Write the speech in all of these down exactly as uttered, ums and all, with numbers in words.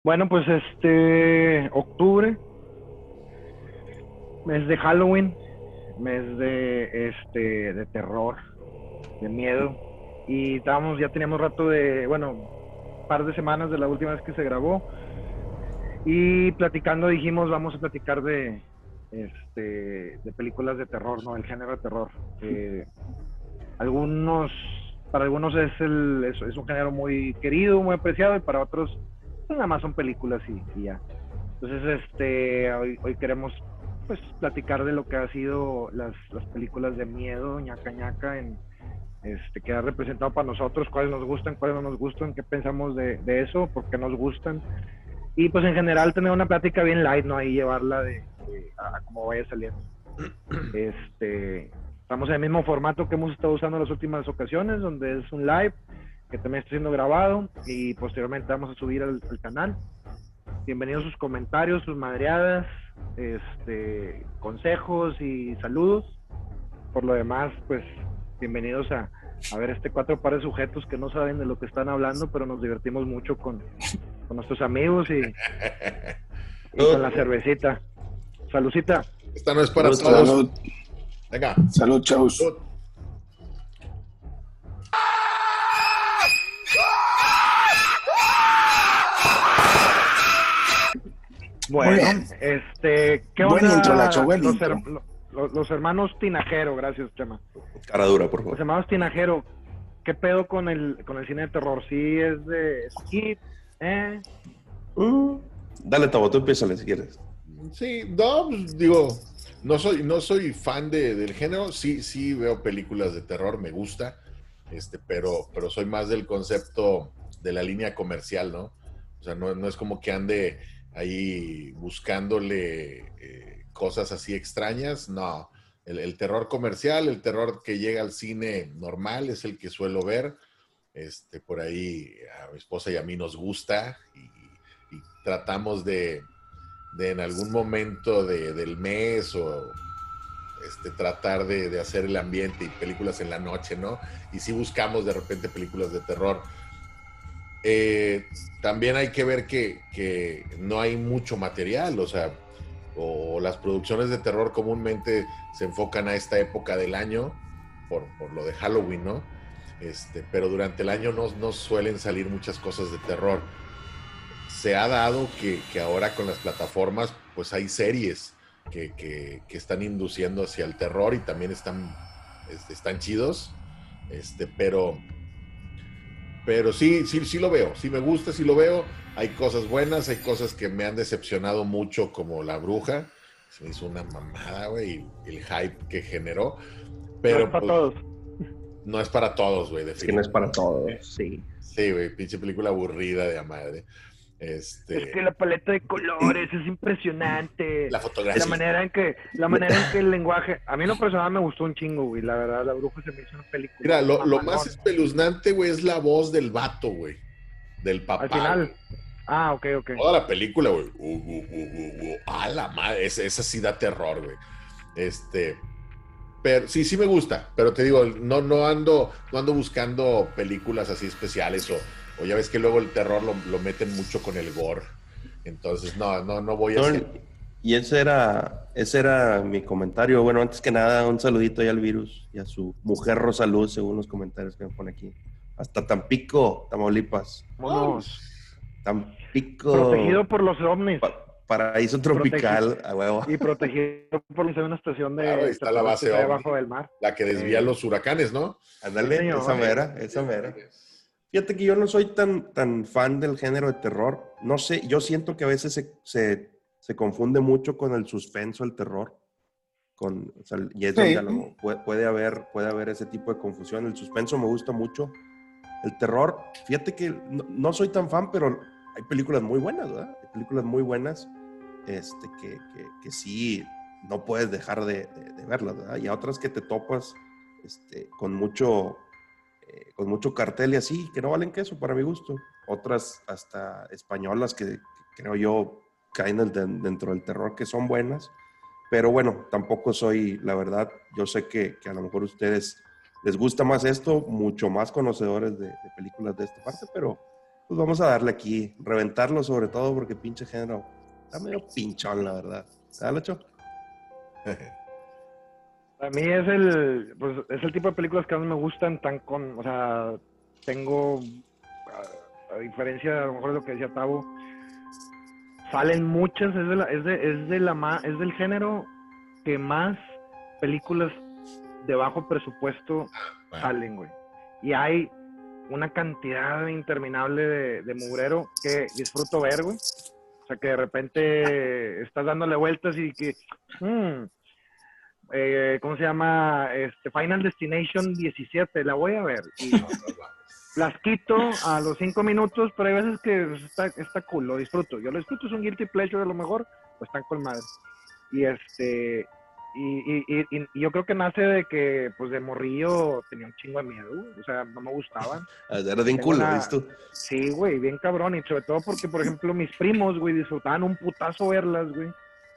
Bueno, pues este octubre, mes de Halloween, mes de este de terror, de miedo. Y estábamos, ya teníamos rato de, bueno, un par de semanas de la última vez que se grabó. Y platicando dijimos, vamos a platicar de este de películas de terror, ¿no? El género de terror. Eh, algunos, para algunos es el es, es un género muy querido, muy apreciado, y para otros pues, nada más son películas y, y ya. Entonces, este, hoy, hoy queremos pues platicar de lo que ha sido las, las películas de miedo, ñaca ñaca, en, este, que ha representado para nosotros, cuáles nos gustan, cuáles no nos gustan, qué pensamos de, de eso, por qué nos gustan. Y pues en general tener una plática bien light, ¿no? Ahí llevarla de, de a, a cómo vaya saliendo. Este, estamos en el mismo formato que hemos estado usando en las últimas ocasiones, donde es un live que también está siendo grabado y posteriormente vamos a subir al, al canal. Bienvenidos sus comentarios, sus madreadas, este, consejos y saludos. Por lo demás, pues bienvenidos a, a ver este cuatro pares de sujetos que no saben de lo que están hablando, pero nos divertimos mucho con, con nuestros amigos y, y con la cervecita. Saludcita. Esta no es para Salud, todos. salud. Venga. Salud, chavos. Salud. Bueno, este, ¿qué Buen onda? intro, Lacho, buen los, intro. her- los, los hermanos Tinajero, gracias, Chema. Cara dura, por Los favor. hermanos Tinajero, ¿qué pedo con el, con el cine de terror? ¿Sí es de skip? ¿Eh? Mm, Dale, Tabo, tú empiézale si quieres. Sí, no, pues, digo, no soy, no soy fan de, del género. Sí, sí veo películas de terror, me gusta, este, pero, pero soy más del concepto de la línea comercial, ¿no? O sea, no, no es como que ande ahí buscándole eh, cosas así extrañas, no. El, el terror comercial, el terror que llega al cine normal es el que suelo ver. Este, por ahí a mi esposa y a mí nos gusta y, y tratamos de, de en algún momento de, del mes o este, tratar de, de hacer el ambiente y películas en la noche, ¿no? Y sí buscamos de repente películas de terror. Eh, también hay que ver que, que no hay mucho material, o sea, o las producciones de terror comúnmente se enfocan a esta época del año por, por lo de Halloween, ¿no? Este, pero durante el año no, no suelen salir muchas cosas de terror. Se ha dado que, que ahora con las plataformas pues hay series que, que, que están induciendo hacia el terror y también están, este, están chidos, este, pero pero sí, sí, sí lo veo, sí me gusta, sí lo veo. Hay cosas buenas, hay cosas que me han decepcionado mucho, como La Bruja. Se me hizo una mamada, güey, el hype que generó. Pero no es para pues, todos. no es para todos, güey, Es que no es definitivamente. para todos. Sí. Sí, güey, pinche película aburrida de a madre. Este, Es que la paleta de colores es impresionante. la fotografía. La manera en que, la manera en que el lenguaje, a mí en lo personal me gustó un chingo, güey. La verdad, La Bruja se me hizo una película. Mira, lo, lo mamalón. más espeluznante, güey, es la voz del vato, güey. Del papá. Al final. Güey. Ah, ok, ok. Toda la película, güey. Uh, uh, uh, uh, uh. A la madre, esa, esa sí da terror, güey. Este, pero sí, sí me gusta, pero te digo, no, no ando, no ando buscando películas así especiales o, o ya ves que luego el terror lo, lo meten mucho con el gore. Entonces, no, no, no voy a No, hacer. y ese era, ese era mi comentario. Bueno, antes que nada, un saludito ahí al virus y a su mujer Rosalud, según los comentarios que me pone aquí. Hasta Tampico, Tamaulipas. Vámonos. Tampico. Protegido por los ovnis. Pa- paraíso tropical, Protegi- a huevo. Y protegido por una estación de Claro, ahí está la base extraterrestres ovni. debajo del mar. La que desvía Eh, los huracanes, ¿no? Ándale, Sí, señor. esa mera, esa mera. Fíjate que yo no soy tan, tan fan del género de terror. No sé, yo siento que a veces se, se, se confunde mucho con el suspenso, el terror. Con, o sea, y es Sí. donde a lo- puede, puede haber, puede haber ese tipo de confusión. El suspenso me gusta mucho. El terror, fíjate que no, no soy tan fan, pero hay películas muy buenas, ¿verdad? Hay películas muy buenas este, que, que, que sí no puedes dejar de, de, de verlas, ¿verdad? Y a otras que te topas este, con mucho... Eh, con mucho cartel y así, que no valen queso para mi gusto. Otras hasta españolas que, que creo yo caen el de, dentro del terror, que son buenas, pero bueno, tampoco soy, la verdad, yo sé que, que a lo mejor a ustedes les gusta más esto, mucho más conocedores de, de películas de esta parte, pero Pues vamos a darle aquí, reventarlo sobre todo porque pinche género está medio pinchón, la verdad. ¿Verdad, Lacho? A mí es el, pues, es el tipo de películas que más me gustan, tan con, o sea, tengo, a, a diferencia a lo mejor de lo que decía Tavo, salen muchas, es de la, es de, es de la ma- es del género que más películas de bajo presupuesto Bueno, salen, güey. Y hay una cantidad interminable de, de mugrero que disfruto ver, güey. O sea, que de repente estás dándole vueltas y que, hmm, eh, ¿cómo se llama? Este, Final Destination diecisiete, la voy a ver. Y no, no mames. las quito a los cinco minutos, pero hay veces que pues, está, está cool, lo disfruto. Yo lo disfruto, es un guilty pleasure a lo mejor, pues están con madre. Y este, y, y, y, y yo creo que nace de que, pues de morrillo tenía un chingo de miedo, güey. O sea, no me gustaban. Era bien Tengo cool, una- ¿viste? Sí, güey, bien cabrón. Y sobre todo porque, por ejemplo, mis primos, güey, disfrutaban un putazo verlas, güey.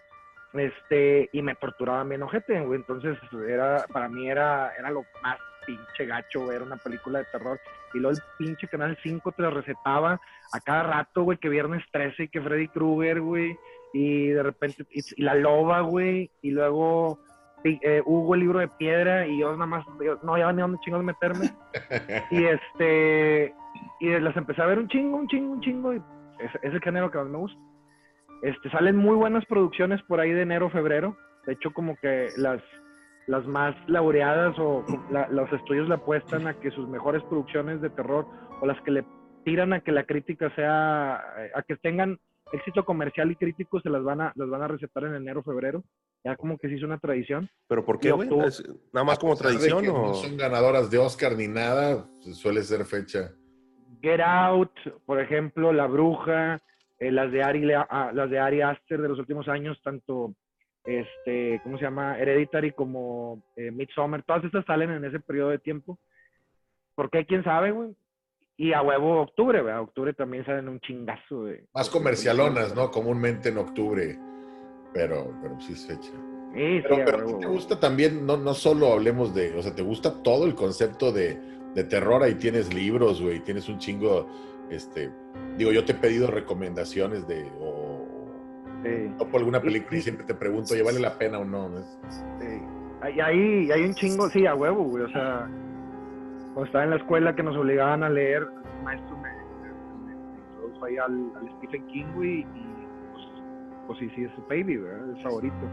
Este, y me torturaban bien ojete, güey. Entonces, era, para mí era, era lo más pinche gacho ver una película de terror. Y luego el pinche Canal cinco te la recetaba a cada rato, güey, que Viernes trece y que Freddy Krueger, güey. Y de repente, y, y La Loba, güey. Y luego pi- eh, Hugo, el libro de piedra. Y yo nada más, yo, no, ya ni dónde chingados meterme. Y este, y las empecé a ver un chingo, un chingo, un chingo. Y es, es el género que más me gusta. Este, salen muy buenas producciones por ahí de enero, febrero. De hecho, como que las, las más laureadas o la, los estudios le apuestan a que sus mejores producciones de terror o las que le tiran a que la crítica sea, a que tengan éxito comercial y crítico, se las van a, las van a recetar en enero, febrero. Ya como que se hizo una tradición. ¿Pero por Y qué, güey? octubre, ¿Es ¿Nada más A como pesar de tradición que o...? no son ganadoras de Oscar ni nada, pues, suele ser fecha. Get Out, por ejemplo, La Bruja, eh, las de Ari, Lea- ah, las de Ari Aster de los últimos años, tanto este, ¿cómo se llama? Hereditary como eh, Midsommar, todas estas salen en ese periodo de tiempo. ¿Por qué? ¿Quién sabe, güey? Y a huevo octubre, ¿verdad? Octubre también salen un chingazo de... Más de comercialonas, películas. ¿no? Comúnmente en octubre, pero, pero sí es fecha. Sí, Pero, sí, a pero huevo, ¿a ti te güey. gusta también, no, no solo hablemos de, o sea, te gusta todo el concepto de, de terror, ahí tienes libros, güey, tienes un chingo, este, digo, yo te he pedido recomendaciones de, o, Sí. o por alguna Y, película y y, siempre te pregunto, ¿oye, vale la pena o no? ¿No? sí. Hay, hay, hay un chingo, sí, a huevo, güey, o sea, cuando estaba en la escuela que nos obligaban a leer, el maestro me, me, me introdujo ahí al, al Stephen King, güey, y pues, pues sí, sí, es su baby, ¿verdad? Es favorito.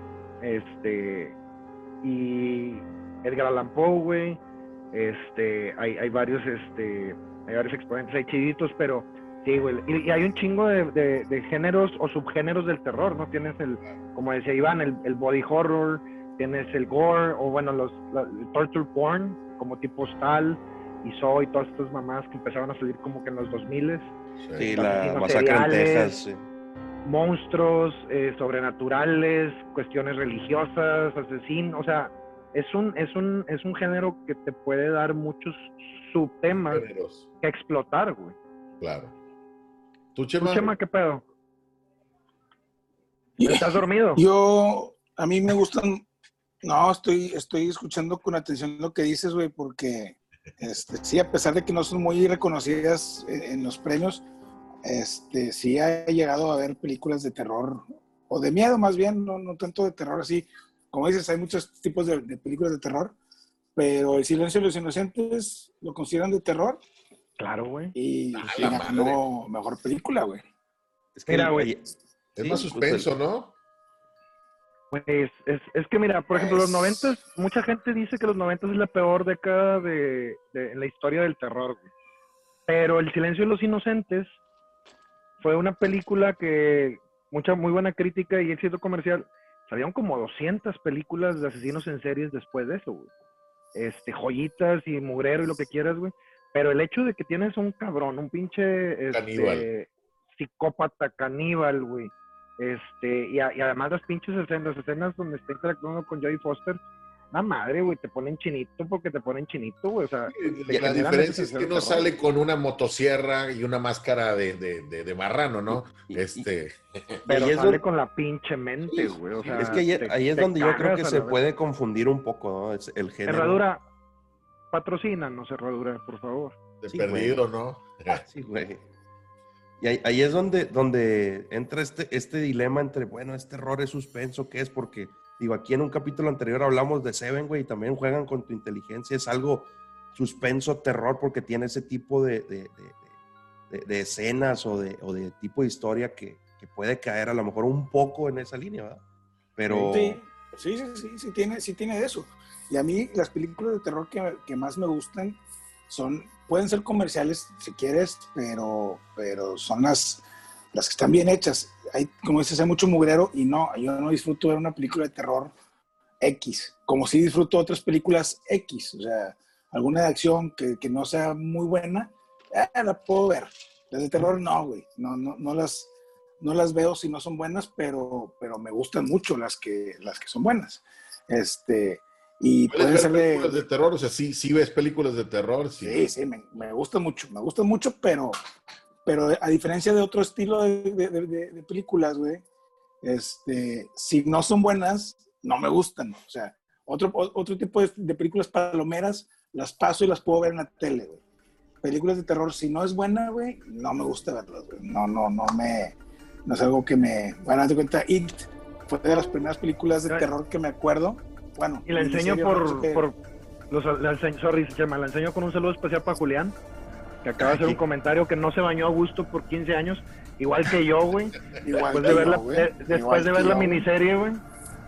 Este, y Edgar Allan Poe, güey, este, hay, hay varios, este, hay varios exponentes, hay chiditos, pero sí, güey, y, y hay un chingo de, de, de géneros o subgéneros del terror, ¿no? Tienes el, como decía Iván, el, el body horror, tienes el gore, o bueno, los, la, el torture porn, como tipo Hostal y Saw y todas estas mamás que empezaron a salir como que en los dos mil. Sí, la asesinos masacre en seriales, Texas, sí. monstruos, eh, sobrenaturales, cuestiones religiosas, asesinos, o sea, es un, es un, es un género que te puede dar muchos subtemas Géneros, que explotar, güey. claro. ¿Tú, ¿Tú, Chema? Chema, qué pedo? Yo, ¿Estás dormido? yo, a mí me gustan, no, estoy, estoy escuchando con atención lo que dices, güey, porque este, sí, a pesar de que no son muy reconocidas en, en los premios, este, sí he llegado a ver películas de terror, o de miedo más bien, no, no tanto de terror así. Como dices, hay muchos tipos de, de películas de terror, pero El Silencio de los Inocentes lo consideran de terror Claro, güey. y, Ah, y la ganó mejor película, güey. Es que Mira, el- güey. ahí- Es sí, más pues, suspenso, el- ¿no? Pues es, es que mira, por ejemplo, los Pues- noventas, mucha gente dice que los noventas es la peor década de, de, en la historia del terror, güey. Pero El Silencio de los Inocentes fue una película que, mucha, muy buena crítica y éxito comercial. Salieron como doscientas películas de asesinos en series después de eso, güey. Este, joyitas y mugrero y lo que quieras, güey. Pero el hecho de que tienes un cabrón, un pinche este, Caníbal. psicópata caníbal, güey. Este, y, a, y además las pinches escenas, las escenas donde está interactuando con Jodie Foster, la madre, güey, te ponen chinito porque te ponen chinito, güey. O sea, te La generan diferencia esa es que sensación no de terror. sale con una motosierra y una máscara de, de, de, de marrano, ¿no? Y- y- Este, Pero ahí es sale donde- con la pinche mente, güey. O sea, es que ahí, te- ahí es te donde yo creo cagas que a se la vez. puede confundir un poco, ¿no? Es el género. Herradura, patrocínanos, Herradura, por favor. de Sí, perdido, ¿no? Sí, güey. Y ahí, ahí es donde, donde entra este, este dilema entre, bueno, ¿es terror, es suspenso? ¿Qué es? Porque, digo, aquí en un capítulo anterior hablamos de Seven, güey, y también juegan con tu inteligencia. Es algo suspenso, terror, porque tiene ese tipo de, de, de, de, de escenas o de, o de tipo de historia que, que puede caer a lo mejor un poco en esa línea, ¿verdad? Pero... Sí, sí, sí, sí, sí tiene, sí tiene eso. Y a mí las películas de terror que, que más me gustan son, pueden ser comerciales si quieres, pero, pero son las, las que están bien hechas. Hay, como dices, hay mucho mugrero y no, yo no disfruto ver una película de terror X, como si disfruto otras películas X, o sea, alguna de acción que, que no sea muy buena, eh, la puedo ver. Las de terror no, güey, no, no, no las... No las veo si no son buenas, pero, pero me gustan mucho las que, las que son buenas. Este, y ¿Puedes pueden ver ser películas de, de terror? O sea, sí, sí ves películas de terror. Sí, sí, sí, me, me gusta mucho, me gusta mucho, pero, pero a diferencia de otro estilo de, de, de, de películas, güey, este, si no son buenas, no me gustan. O sea, otro, otro tipo de, de películas palomeras, las paso y las puedo ver en la tele, güey. Películas de terror, si no es buena, güey, no me gusta verlas, güey. No, no, no me... No es algo que me... Bueno, date cuenta, It fue de las primeras películas de terror que me acuerdo. Bueno, y la enseño serio, por... que... por los, la enseño, sorry, Chema, la enseño con un saludo especial para Julián, que acaba de hacer un comentario que no se bañó a gusto por quince años, igual que yo, güey. Después de ver la, de, después de ver la miniserie, güey.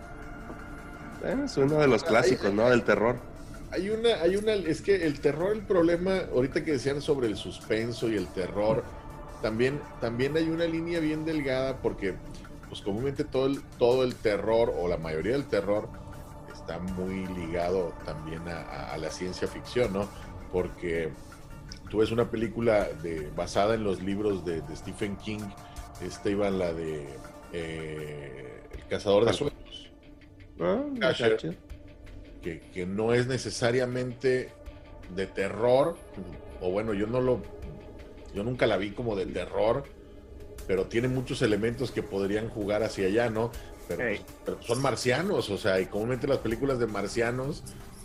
Es uno de los clásicos, ¿no? Del terror. Hay una, hay una, es que el terror, el problema, ahorita que decían sobre el suspenso y el terror, también, también hay una línea bien delgada porque, pues comúnmente todo el, todo el terror, o la mayoría del terror, está muy ligado también a, a, a la ciencia ficción, ¿no? Porque tú ves una película de, basada en los libros de, de Stephen King, esta iba la de eh, El Cazador de Sueños. Ah, Casher, que, que no es necesariamente de terror, o bueno, yo no lo, yo nunca la vi como de terror, pero tiene muchos elementos que podrían jugar hacia allá, ¿no? Pero, hey. pero son marcianos, o sea, y comúnmente las películas de marcianos,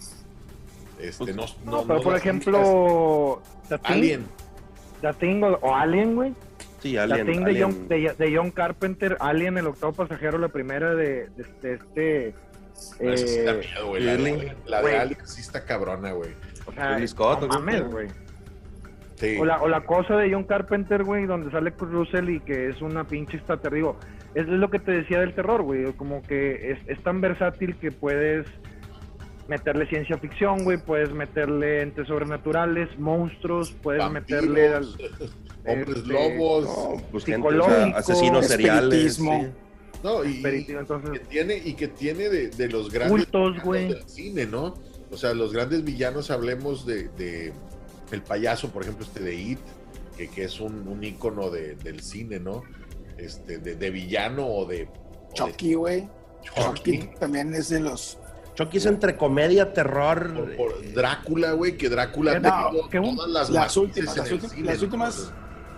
este, no, no, no, pero no por ejemplo, The Alien, The Thing o, o Alien, güey. Sí, Alien. The Thing Alien. De, John, de, de John Carpenter, Alien, el octavo pasajero, la primera de, de, de este. No, eh, sí da miedo, güey. La, la, la de Alien sí está cabrona, güey. O sea, Scott, no mames, güey. Sí. O, la, o la cosa de John Carpenter, güey, donde sale Kurt Russell y que es una pinche extraterrestre. Digo, es lo que te decía del terror, güey. Como que es, es tan versátil que puedes meterle ciencia ficción, güey. Puedes meterle entes sobrenaturales, monstruos. Puedes Vampiros, meterle al, hombres este, lobos, no, pues gente, o sea, asesinos seriales. Sí. No, y, y entonces, que tiene, y que tiene de, de los grandes cultos, güey, del cine, ¿no? O sea, los grandes villanos, hablemos de, de el payaso, por ejemplo, este de It, que, que es un, un ícono de, del cine, ¿no? Este, de, de villano o de... Chucky, güey. Chucky. Chucky también es de los... Chucky es entre comedia, terror... Por, por Drácula, güey, que Drácula... No, que un, todas las, las últimas, las, últimas, cine, las últimas...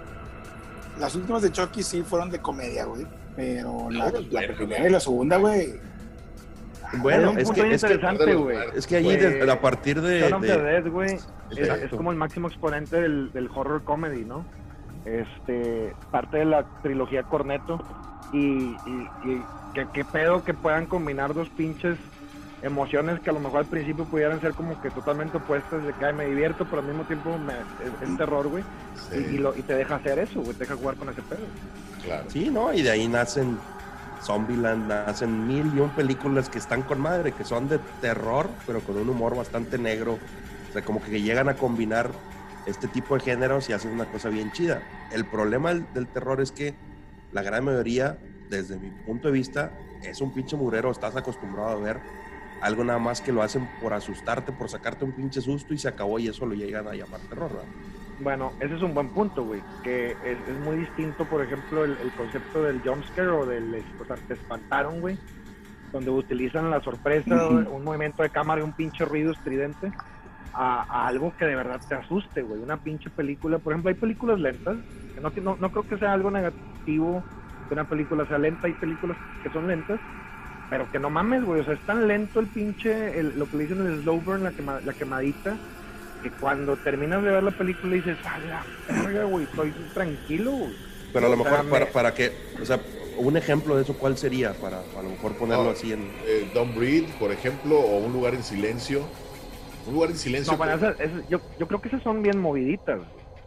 Las últimas de Chucky sí fueron de comedia, güey. Pero la, no, la, la primera y la segunda, güey... Bueno, es que, es, interesante, que, es que allí de, a partir de... Shaun of the Dead, güey, es, es como el máximo exponente del, del horror comedy, ¿no? Este, parte de la trilogía Cornetto y, y, y que, que pedo que puedan combinar dos pinches emociones que a lo mejor al principio pudieran ser como que totalmente opuestas, de que ay, me divierto, pero al mismo tiempo me, es, es terror, güey, sí. y, y, lo, y te deja hacer eso, güey, te deja jugar con ese pedo. Claro. Sí, ¿no? Y de ahí nacen Zombieland, hacen mil y un películas que están con madre, que son de terror, pero con un humor bastante negro. O sea, como que llegan a combinar este tipo de géneros y hacen una cosa bien chida. El problema del, del terror es que la gran mayoría, desde mi punto de vista, es un pinche murero. Estás acostumbrado a ver algo nada más que lo hacen por asustarte, por sacarte un pinche susto y se acabó, y eso lo llegan a llamar terror, ¿verdad? Bueno, ese es un buen punto, güey, que es, es muy distinto, por ejemplo, el, el concepto del jumpscare o del, o sea, te espantaron, güey, donde utilizan la sorpresa, uh-huh. un movimiento de cámara y un pinche ruido estridente, a, a algo que de verdad te asuste, güey, una pinche película. Por ejemplo, hay películas lentas, que no, no, no creo que sea algo negativo que una película sea lenta, hay películas que son lentas, pero que no mames, güey, o sea, es tan lento el pinche, el, lo que le dicen el slow burn, la, quema, la quemadita, que cuando terminas de ver la película dices, a la verga, güey, estoy tranquilo, güey. Pero a lo O sea, mejor me- para, para que, o sea, un ejemplo de eso, ¿cuál sería? Para a lo mejor ponerlo No, así en... eh, Don't Breathe, por ejemplo, o Un lugar en silencio. Un lugar en silencio. No, bueno, esas- esas- yo, yo creo que esas son bien moviditas.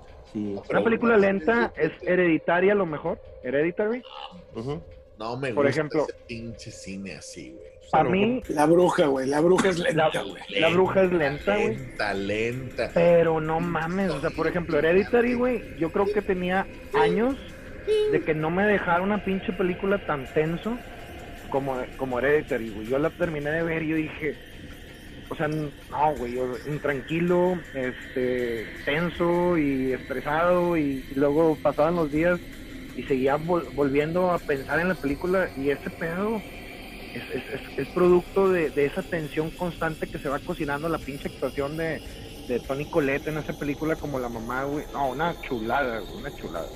Sí. Pero Una película Un lugar en lenta es silencio, Hereditaria a lo mejor. Hereditary. Ujú. no me por gusta ejemplo, ese pinche cine así, güey. Pues a Para lo mí, mejor- La bruja, güey. La bruja es la, lenta, güey. la bruja es lenta, güey. Lenta, lenta. Pero no mames, o sea, por ejemplo, Hereditary, güey, yo creo que tenía años de que no me dejara una pinche película tan tenso como, como Hereditary, güey. Yo la terminé de ver y yo dije, o sea, no, güey, yo intranquilo, este, tenso y estresado y, y luego pasaban los días y seguía vol- volviendo a pensar en la película y ese pedo es, es, es, es producto de, de esa tensión constante que se va cocinando, la pinche actuación de, de Toni Collette en esa película como la mamá, güey. No, una chulada, güey, una chulada.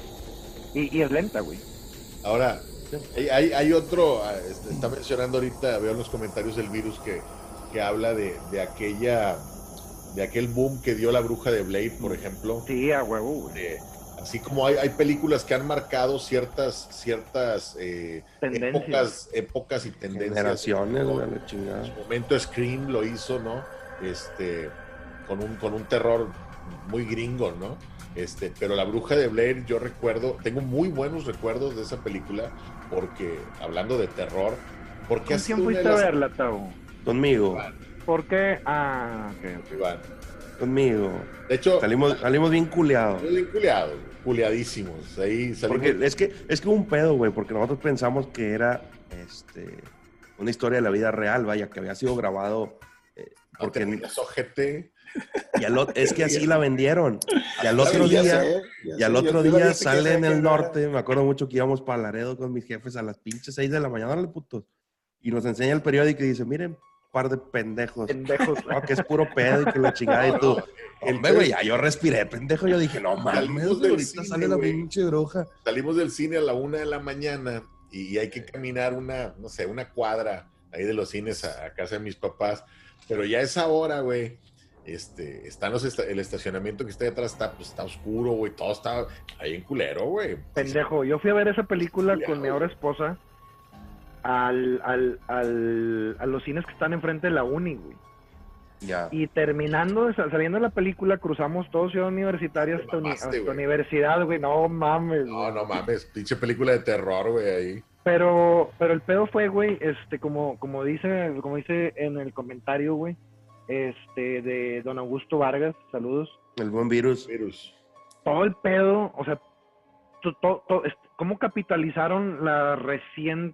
Y, y es lenta, güey. Ahora, hay, hay- hay otro, ah, este, está mencionando ahorita, veo en los comentarios el virus que, que habla de, de aquella, de aquel boom que dio la bruja de Blade, por ejemplo. Sí, a huevo, güey. De- así como hay, hay películas que han marcado ciertas, ciertas eh, Tendencias. épocas, épocas y tendencias. Generaciones, ¿no? güey, la En chingada. su momento Scream lo hizo, ¿no? Este, con un, con un terror muy gringo, ¿no? Este, pero La Bruja de Blair, yo recuerdo, tengo muy buenos recuerdos de esa película, porque, hablando de terror, porque ha ¿Con sido quién una de fuiste a las- verla, Tavo? Conmigo, ¿Por qué? Ah, ok, ok. Iván. conmigo. De hecho, Salimos, salimos bien culeados. bien culeados, culeadísimos. Ahí salimos. Porque es que es que hubo un pedo, güey, porque nosotros pensamos que era este una historia de la vida real, vaya, que había sido grabado eh, porque porque es ojete. y al ot- es que así la vendieron. Y al Ya otro sé, ya día, sé, ya y al sé, otro yo- yo la vi día hace que sale sé en que el no era- norte, me acuerdo mucho que íbamos para Laredo con mis jefes a las pinches seis de la mañana, órale, putos. Y nos enseña el periódico y dice, miren, par de pendejos. Pendejos. No, que es puro pedo y que la chingada y tú. El Hombre, güey, ya yo respiré, pendejo. Yo dije, no mames, Salimos güey, del ahorita cine, sale la güey. pinche bruja. Salimos del cine a la una de la mañana y hay que caminar una, no sé, una cuadra ahí de los cines a, a casa de mis papás. Pero ya a esa hora, güey, este, están los esta- el estacionamiento que está ahí atrás, está, pues, está oscuro, güey, todo está ahí en culero, güey. Pendejo, yo fui a ver esa película Ya, con mi güey. ahora esposa al, al, al, a los cines que están enfrente de la uni, güey. Ya. Y terminando, de sal- saliendo de la película, cruzamos todo Ciudad Universitaria Te hasta, uni- mamaste, hasta güey. universidad, güey. No mames. No, güey. no mames, pinche película de terror, güey, ahí. Pero, pero el pedo fue, güey, este, como, como dice, como dice en el comentario, güey, este, de don Augusto Vargas, saludos. El buen virus. Virus. Todo el pedo, o sea, to- to- to- est- cómo capitalizaron la reciente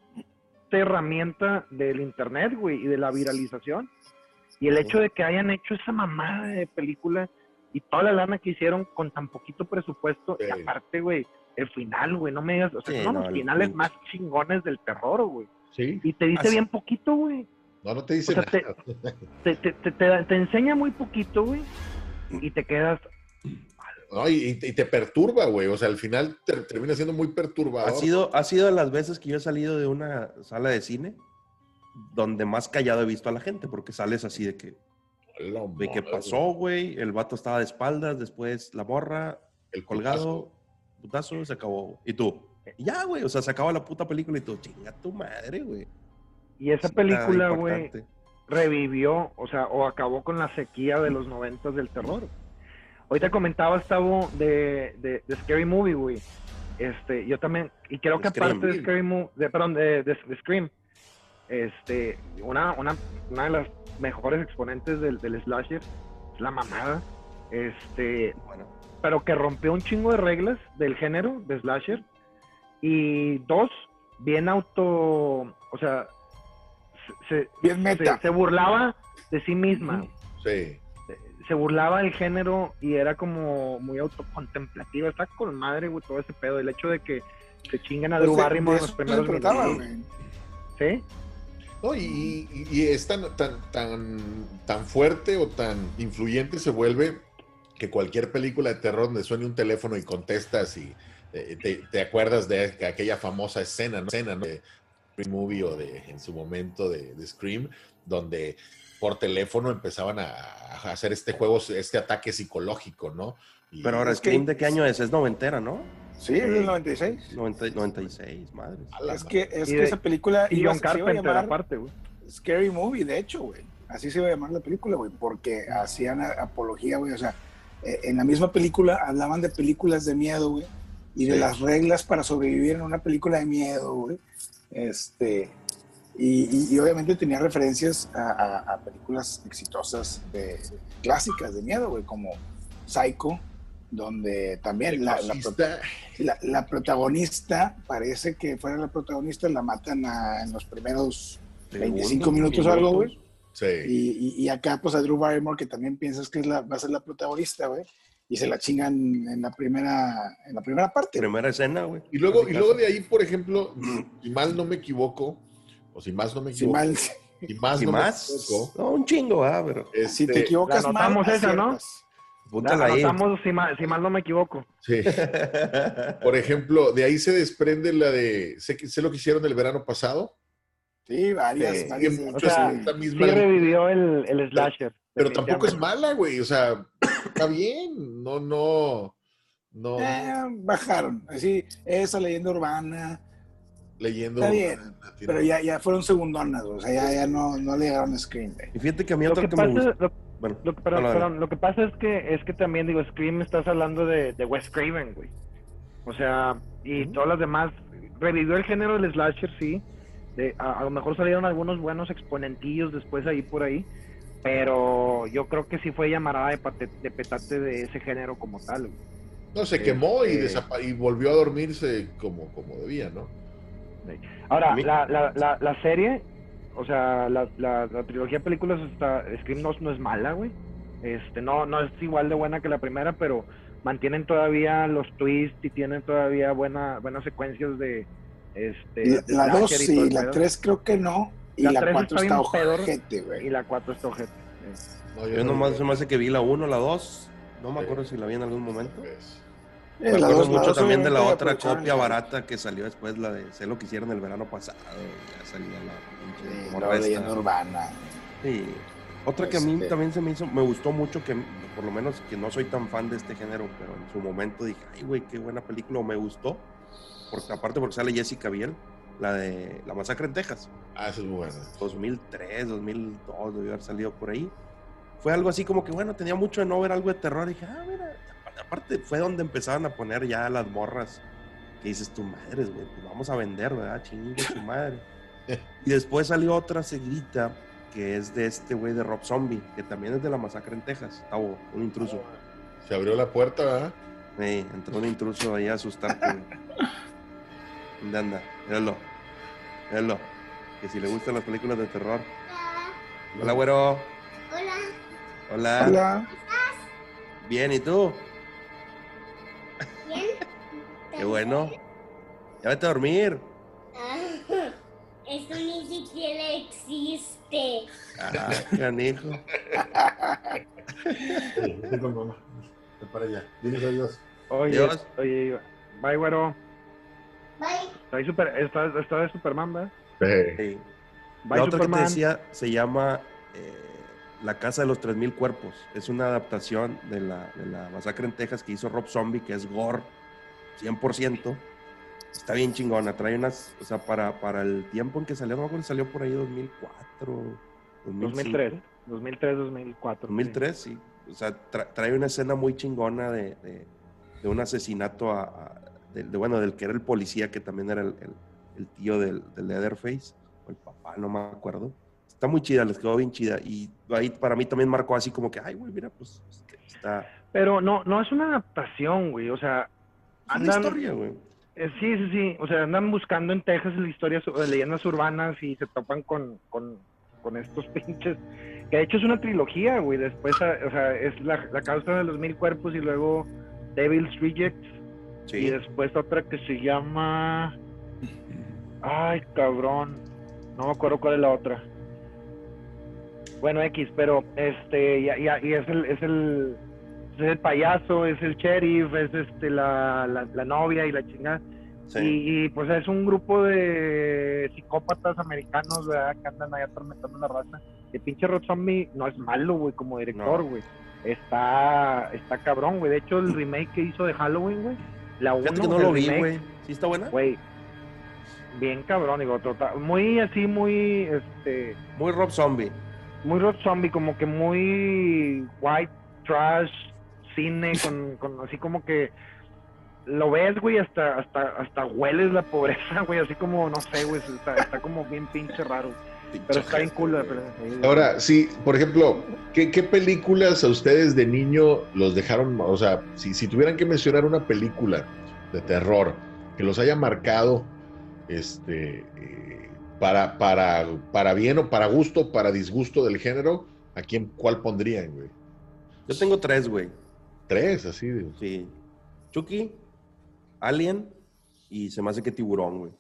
herramienta del internet, güey, y de la viralización. Y el hecho de que hayan hecho esa mamada de película y toda la lana que hicieron con tan poquito presupuesto, Sí. y aparte, güey, el final, güey, no me digas, o sea, Sí, son no, los el finales fin- más chingones del terror, güey. Sí. Y te dice Así- bien poquito, güey. No, no te dice O sea, te- nada. Te, te, te, te- te enseña muy poquito, güey, y te quedas, No, y, y te- y te perturba, güey. O sea, al final te- termina siendo muy perturbador. Ha sido, ha sido de las veces que yo he salido de una sala de cine donde más callado he visto a la gente, porque sales así de que, Hola, de qué madre, pasó, güey, el vato estaba de espaldas, después la morra, el colgado, putazo, se acabó. Y tú, y ya, güey, o sea, se acaba la puta película y tú, chinga tu madre, güey. y esa Sí, película, está güey, impactante. revivió, o sea, o acabó con la sequía de los noventas del terror. Ahorita comentabas, Tavo, de, de, de Scary Movie, güey. Este, yo también, y creo que Scream. aparte de Scary Movie, de, perdón, de, de, de Scream, este, una, una, una de las mejores exponentes del, del slasher es la mamada, este, Bueno, pero que rompió un chingo de reglas del género de slasher. Y dos, bien auto, o sea, se, Bien se, meta. se burlaba de sí misma. Sí. Se burlaba del género y era como muy autocontemplativa. Está con madre, güey, todo ese pedo. El hecho de que se chinguen a Pues Drew de- Barrymore de en los eso primeros se trataba, minutos. güey. ¿Sí? No, y, y- y es tan, tan, tan, tan fuerte o tan influyente se vuelve que cualquier película de terror donde suene un teléfono y contestas y eh, te, te acuerdas de aquella famosa escena, ¿no? Escena, ¿no? De Scream Movie o de, en su momento de, de Scream, donde por teléfono empezaban a, a hacer este juego, este ataque psicológico, ¿no? Y- pero ahora, Es que- ¿Scream de qué año es? Es noventera, ¿no? Sí, es del noventa y seis. noventa, noventa y seis, madre. Es que, es Y que de- esa película Y iba, John se iba a Carpenter, llamar aparte, güey. Scary Movie, de hecho, güey. Así se iba a llamar la película, güey, porque hacían a- apología, güey. O sea, eh, en la misma película hablaban de películas de miedo, güey, y de Sí. las reglas para sobrevivir en una película de miedo, güey. Este, y, y- y obviamente tenía referencias a, a- a películas exitosas, de, clásicas de miedo, güey, como Psycho, donde también la, la, pro- Exorcista. la- la protagonista, parece que fuera la protagonista, la matan a- en los primeros veinticinco minutos o algo, güey. Sí. Y, y- y acá, pues, a Drew Barrymore, que también piensas que es la, va a ser la protagonista, güey, y se la chingan en la primera, en la primera parte. güey. Primera escena, güey. Y luego, Casi, y luego casi. de ahí, por ejemplo, si mal no me equivoco, o si más no me Si equivoco, mal, si más Si no más, me equivoco, no, un chingo, ah, pero si te este, equivocas la mal, anotamos esa, ¿no? aciertas. apúntala ahí. Anotamos, si mal, si mal no me equivoco. sí. Por ejemplo, de ahí se desprende la de, sé, que- sé lo que hicieron el verano pasado, Sí, varias, Sí. varias. que de- O mucho es sea, esta sí misma línea, revivió el, el slasher. pero tampoco es definitivamente. mala, güey, o sea, está bien, no, no, no, Eh, bajaron. Así, esa leyenda urbana, leyendo. está bien, tiene- pero ya, ya fueron segundonas, güey. O sea, ya, ya no, no le llegaron a Screen, güey. Y fíjate que a mí Lo otra que, que, me pasa, gusta. lo, Bueno, lo que- perdón, no, no, no. perdón, lo que pasa es que es que también digo, Scream, estás hablando de, de Wes Craven, güey. O sea, y Ujú. todas las demás, revivió el género del slasher, sí. De, a, a lo mejor salieron algunos buenos exponentillos después ahí por ahí, pero yo creo que sí fue llamarada de, pate- de petate de ese género como tal, güey. No, se quemó y, Este- desapa- y volvió a dormirse como, como debía, ¿no? Ahora, A mí- la, la, la, la serie, o sea, la, la, la trilogía de películas, está, Scream no, no es mala, güey. Este, no, no es igual de buena que la primera, pero mantienen todavía los twists y tienen todavía buena, buenas secuencias de... Este, La- de La dos slasher y todo sí, el la pedo. tres creo que no. Y La la tres cuatro está está bien pedor. ojete, Y güey. la cuatro está ojete. sí. No, Yo no nomás vi- se me hace que vi la uno, la dos. No me Sí. acuerdo si la vi en algún momento. Pues, Eh, Me la acuerdo dos- la mucho dos también de la obviamente otra aprovecharon copia el- barata que salió después, la de Sé lo que hicieron el verano pasado. y Ya salía la pinche Sí, morra la esta. leyenda urbana. Sí. Otra que a mí Este- también se me hizo, me gustó mucho, que por lo menos que no soy tan fan de este género, pero en su momento dije, ay, güey, qué buena película, o me gustó. Porque, aparte porque sale Jessica Biel, la de La Masacre en Texas. ah, eso es muy bueno. dos mil tres, dos mil dos, debió haber salido por ahí. Fue algo así como que, bueno, tenía mucho de no ver algo de terror. Y dije, ah, mira, aparte fue donde empezaban a poner ya las morras que dices, tu madre, güey, pues vamos a vender, ¿verdad? Chingue su madre. Y después salió otra seguidita que es de este güey de Rob Zombie, que también es de La Masacre en Texas. Tavo, un intruso. Se abrió la puerta, ¿verdad? Sí, entró un intruso ahí a asustarte. güey. ¿Dónde anda? Míralo. Míralo. Que si le gustan las películas de terror. Hola, güero. Hola. Hola. Hola. Bien, ¿y tú? ¿Bien? Qué bueno. Ya vete a dormir. Ah, esto ni siquiera existe. Ah, canijo. Ven con mamá. Ven para allá. Diles adiós. Oye, Dios. oye, bye, güero. Bye. Está, ahí super, está, está de Superman, ¿verdad? Sí. Sí. Bye, La otra que Superman. te decía se llama eh, La Casa de los Tres Mil Cuerpos. Es una adaptación de la, de la Masacre en Texas que hizo Rob Zombie, que es gore, cien por ciento. Está bien chingona. Trae unas, o sea, para, para el tiempo en que salió, no me acuerdo, salió por ahí dos mil cuatro, dos mil cinco. dos mil tres. dos mil tres, dos mil cuatro. dos mil tres, sí. O sea, tra- trae una escena muy chingona de, de, de un asesinato a, a- de, de, bueno, del que era el policía, que también era el, el- el tío del, del Leatherface, o el papá, no me acuerdo. Está muy chida, les quedó bien chida. Y ahí para mí también marcó así como que, ay, güey, mira, pues está... Pero no, no es una adaptación, güey. O sea, Es una andan, historia, güey. eh, sí, sí, sí. O sea, andan buscando en Texas la historia de leyendas urbanas y se topan con, con, con estos pinches. Que de hecho es una trilogía, güey. Después, o sea, es la, la causa de los mil cuerpos y luego Devil's Rejects. Y Sí. después otra que se llama. Ay, cabrón. No me acuerdo cuál es la otra. Bueno, X, pero este, y, y, y es el, es el, es el payaso, es el sheriff, es este la, la, la novia y la chingada. Sí. Y, y, pues es un grupo de psicópatas americanos, ¿verdad? Que andan ahí atormentando la raza. El pinche Rob Zombie no es malo, güey, como director, No. güey. Está, está cabrón, güey. De hecho, el remake que hizo de Halloween, güey, La Fíjate que uno, no el lo vi, remake, güey. ¿Sí está buena? güey, bien cabrón, digo, total, muy así, muy, este, Muy Rob Zombie. muy Rob Zombie, como que muy white trash cine, con, con así como que lo ves, güey, hasta, hasta, hasta hueles la pobreza, güey, así como, no sé, güey, está, está como bien pinche raro, pero está bien cool la película. Ahora, sí, por ejemplo, ¿qué, qué películas a ustedes de niño los dejaron? O sea, si, si tuvieran que mencionar una película de terror que los haya marcado, este, eh, para, para, para bien o para gusto, para disgusto del género, ¿a quién, cuál pondrían, güey? Yo tengo tres, güey. Tres, así de... Sí. Chucky, Alien y se me hace que Tiburón, güey.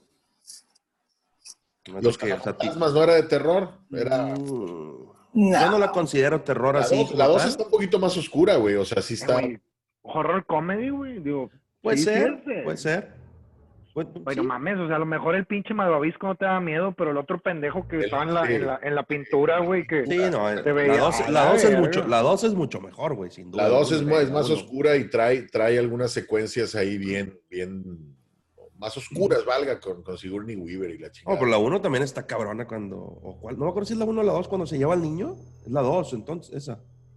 Se me hace Los que, o sea, ti- Cazafantasmas no era de terror, era... Mm, No. Yo no la considero terror La así. dos, como la dos tal. está un poquito más oscura, güey, o sea, sí Eh, está... güey, horror comedy, güey, digo, Puede sí, sí ser, es de- puede ser. Puede- Güey, sí. no mames, o sea, a lo mejor el pinche malvavisco no te da miedo, pero el otro pendejo que El- estaba en la, sí. en la, en la pintura, güey, que Sí, no, eh, te veía, la dos, a la la dos es verga. mucho, la dos es mucho mejor, güey, sin duda. La dos es, alguna, mu- es la más uno. oscura y trae, trae algunas secuencias ahí bien, bien, más oscuras, valga, con, con Sigourney Weaver y la No, chingada. pero la uno también está cabrona cuando, o cuál, no me acuerdo si es la uno o la dos cuando se lleva al niño. Es la dos, entonces, esa.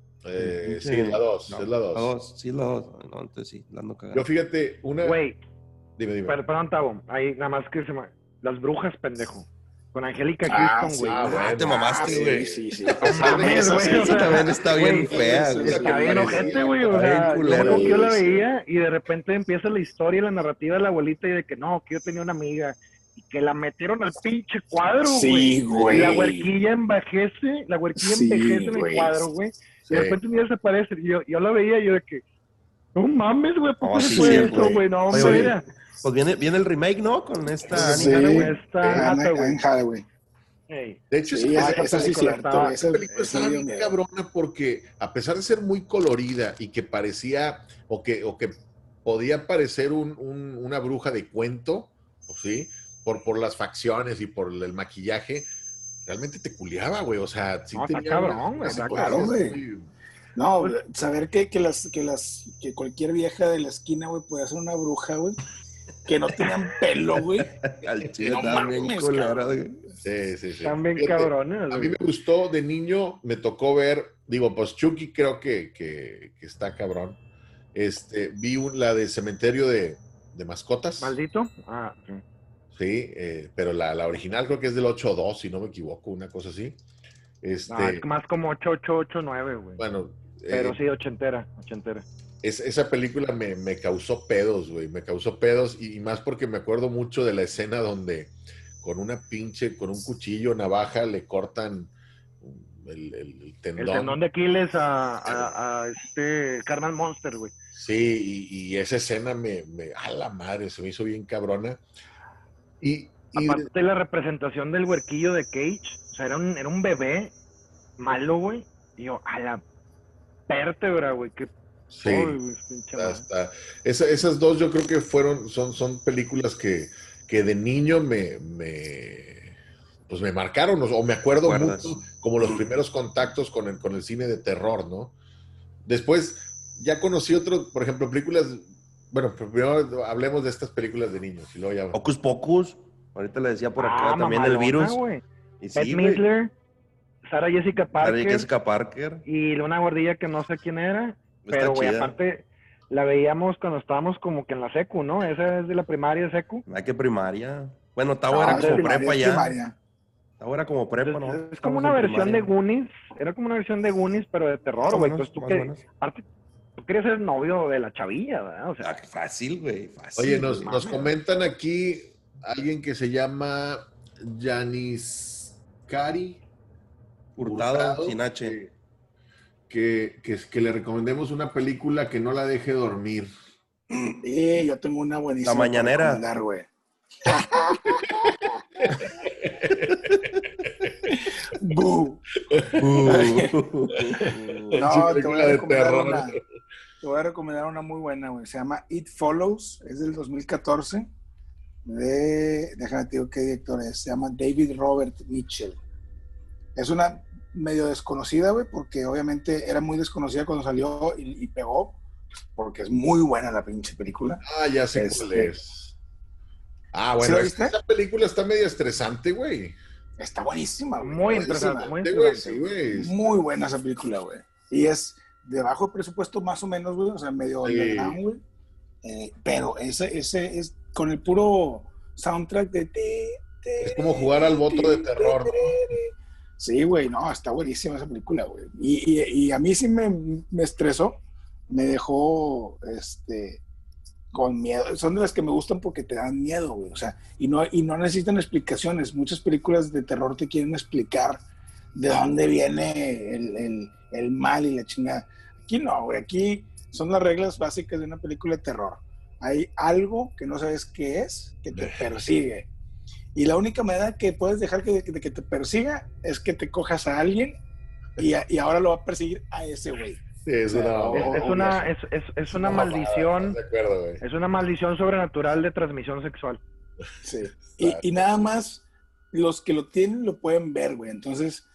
Eh, Pinche- sí, la dos, no, es la dos. La dos, sí, es la dos. No, entonces sí, la ando cagando. Yo fíjate, una... Güey, Dime, dime. per- perdón, Tavo, ahí nada más que se me... Las brujas, pendejo. Con Angélica Ah, Houston, sí, güey. ah, no bueno. te mamaste, sí, güey. Sí, sí, No mames, güey. Esa o sea, también está bien güey, fea, esa güey. que Está bien parecía- ojete, güey. O está bien sea, yo culero, me acuerdo que yo la güey, sí. veía y de repente empieza la historia y la narrativa de la abuelita y de que no, que yo tenía una amiga y que la metieron al pinche cuadro, güey. Sí, Y güey. la huerquilla envejece, la huerquilla Sí, envejece en el güey. cuadro, güey. Sí. Y de repente un día desaparece. Y yo, yo la veía y yo de que, no mames, güey, ¿por No, qué se sí, fue cierto, eso, güey. güey? No, Oye, hombre, oye, mira. Pues viene, viene el remake, ¿no? Con esta Sí. Annie Hathaway. Esta Anne- Hathaway. Anne Hathaway. Ey. De hecho, Sí, esa, esa, esa sí es película cierto, estaba- güey. Esa, esa película esa estaba dio bien miedo. cabrona porque a pesar de ser muy colorida y que parecía o que, o que podía parecer un- un- una bruja de cuento, ¿sí? Por, por las facciones y por el maquillaje, realmente te culiaba, güey. O sea, sí No, está tenía cabrón, unas- güey, unas está secuencias cabrón, güey. muy- No, Pues- saber que, que las, que las, que cualquier vieja de la esquina, güey, podía ser una bruja, güey, que no tenían pelo, güey. Al chile No estaban bien mames, culeras, cabrón. güey. Sí, sí, sí. Están bien Fíjate, cabrones. A güey. mí me gustó de niño, me tocó ver, digo, pues Chucky creo que, que, que está cabrón. Este, vi un- la de Cementerio de, de Mascotas. ¿Maldito? Ah, sí. Sí, eh, pero la, la original creo que es del ocho dos, si no me equivoco, una cosa así. Este, No, es más como ocho ocho ocho nueve, güey. bueno, Pero eh, sí, ochentera, ochentera. es- esa película me, me causó pedos, güey, me causó pedos y, y más porque me acuerdo mucho de la escena donde con una pinche, con un cuchillo, navaja, le cortan el, el- el tendón. El tendón de Aquiles a, a, a este Carnal Monster, güey. Sí, y, y esa escena me, me, a la madre, se me hizo bien cabrona. Y, y Aparte de la representación del huerquillo de Cage, o sea, era un, era un bebé malo, güey. Y yo, a la vértebra, güey, qué sí, Uy, güey, pinche está- madre. está- esa- esas dos yo creo que fueron, son, son películas que, que de niño me, me, pues me marcaron, o me acuerdo ¿Recuerdas? mucho como los primeros contactos con el, con el cine de terror, ¿no? Después ya conocí otros, por ejemplo, películas, bueno, primero hablemos de estas películas de niños y luego ya... Hocus Pocus. Ahorita le decía por acá Ah, también el mamalona, virus. güey. Y Bette sí, güey. Midler, Sarah Jessica Sarah Parker Jessica Parker. y una gordilla que no sé quién era, Está pero güey, chida. aparte la veíamos cuando estábamos como que en la secu, ¿no? Esa es de la primaria secu. Ay, que primaria. Bueno, Tavo No, era es como primaria, prepa es ya. primaria. Tavo era como prepa, Es, ¿no? es como Estamos una en versión de primaria. Goonies, era como una versión de Goonies, pero de terror, Más o güey. menos, Entonces tú más que, o menos. aparte, tú querías ser novio de la chavilla, ¿verdad? O sea, Ah, fácil, güey. Fácil. Oye, nos, güey. nos mames. comentan aquí alguien que se llama Yanis Cari Hurtado, sin H. que, que, que, que le recomendemos una película que no la deje dormir. Y yo tengo una buenísima. La Mañanera. para recomendar, güey. Bu. Uh. No, te voy Película a de recomendar terror. una. Te voy a recomendar una muy buena, güey. Se llama It Follows, es del dos mil catorce. De, déjame te digo qué director es. Se llama David Robert Mitchell. Es una medio desconocida, güey, porque obviamente era muy desconocida cuando salió y, y pegó. porque es muy buena la pinche película. Ah, ya sé Este- cuál es. Ah, ¿Sí bueno, la es- viste? esa película está medio estresante, güey. Está buenísima, güey. Muy Buenísima. interesante, muy Sí, güey, interesante. sí, güey. Muy buena esa película, güey. Y es de bajo presupuesto más o menos, güey. O sea, medio Sí. underground, güey. Eh, pero ese, ese es con el puro soundtrack de... Es como jugar al voto de terror, ¿no? Sí, güey, no, está buenísima esa película, güey. Y, y, y a mí sí me, me estresó, me dejó este, con miedo. Son de las que me gustan porque te dan miedo, güey. O sea, y no, y no necesitan explicaciones. Muchas películas de terror te quieren explicar de dónde viene el, el, el mal y la chingada. Aquí no, güey. Aquí son las reglas básicas de una película de terror. Hay algo que no sabes qué es, que te persigue. Y la única manera que puedes dejar que, que, que te persiga es que te cojas a alguien y, a, y ahora lo va a perseguir a ese güey. Sí, es O sea, una... o- Es, es una, es, es, es una maldición, De acuerdo, güey. es una maldición sobrenatural de transmisión sexual. Sí. Y, y nada más los que lo tienen lo pueden ver, güey. Entonces,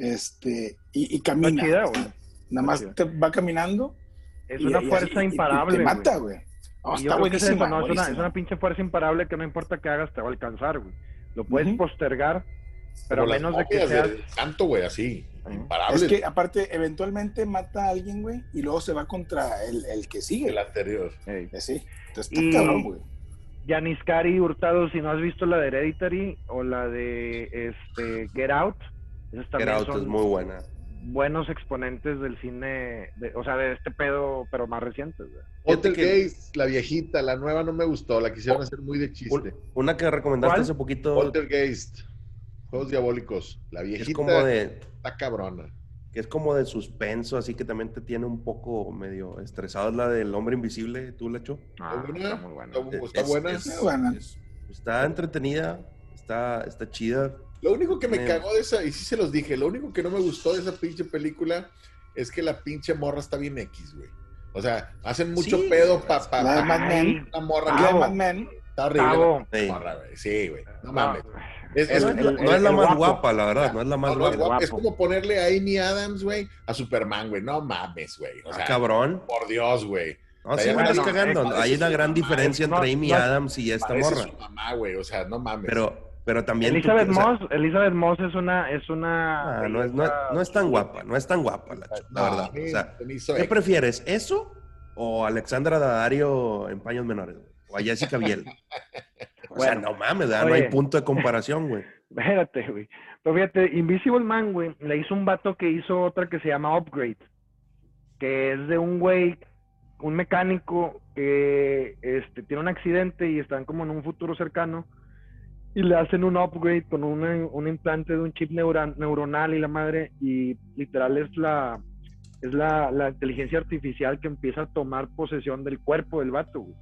este, y, y camina. Está chida, güey. Nada más chida. te va caminando. Es y- una y- fuerza y- y imparable. te güey. mata, güey. No, Y yo está creo que es eso, buenísima. ¿no? Es una, buenísima. es una pinche fuerza imparable que no importa qué hagas, te va a alcanzar, güey. Lo puedes Ujú. postergar, pero a Como las menos de que momias seas... del santo, güey, así. Ajá. Imparables. Es que aparte, eventualmente mata a alguien, güey, y luego se va contra el, el que sigue. El anterior. Ey. Eh, Sí. Entonces está Y- cabrón, güey. Yanis Cari Hurtado, si no has visto la de Hereditary o la de este Get Out, esas Get también Out son es muy buena. buenos exponentes del cine, de- o sea, de este pedo, pero más recientes. güey. Fíjate que- Poltergeist, la viejita, la nueva no me gustó, la quisieron hacer muy de chiste. Un- una que recomendaste ¿Cuál? hace poquito, Poltergeist, Juegos Diabólicos, la que viejita es como de está cabrona. que es como de suspenso, así que también te tiene un poco medio estresado, es la del Hombre Invisible, ¿tú la echó? Ah, buena? está muy buena. Está- Eh, Está es- buena. es- Está buena. es- está entretenida, está, está chida. Lo único que me Me- cagó de esa, y sí se los dije, lo único que no me gustó de esa pinche película es que la pinche morra está bien X, güey. O sea, hacen mucho Sí, pedo para pa, La de pa- Mad Men. una morra Y que la de Bravo. Mad Men, está horrible. Bravo. la Sí. morra, güey. Sí, güey. No No, mames. Es, el- es- No es, el- la- no es la el más guapo. guapa, la verdad, no es la más no, no, guapa. guapo. Es guapo. como ponerle a Amy Adams, güey, a Superman, güey. No mames, güey. O Ah, sea, cabrón. por Dios, güey. No, O sea, sí ya me estás bueno, cagando. eh, Hay parece una su gran mamá, diferencia no, entre Amy no, Adams y esta Parece morra. su mamá, güey. O sea, no mames. Pero, pero también. tú- Elizabeth o sea, Moss, Elizabeth Moss es una, es una. ah, no, es, no, es- no es tan guapa, no es tan guapa, la, la No, verdad. a mí O sea, se me hizo ¿qué X. prefieres? ¿Eso o Alexandra Daddario en Paños Menores? güey? O a Jessica Biel. O sea, Bueno, no mames, ¿verdad? no oye. hay punto de comparación, güey. Espérate, güey. Pero fíjate, Invisible Man, güey, le hizo un vato que hizo otra que se llama Upgrade, que es de un güey, un mecánico que este, tiene un accidente y están como en un futuro cercano y le hacen un upgrade con una- un implante de un chip neura- neuronal y la madre, y literal es la es la, la inteligencia artificial que empieza a tomar posesión del cuerpo del vato, güey.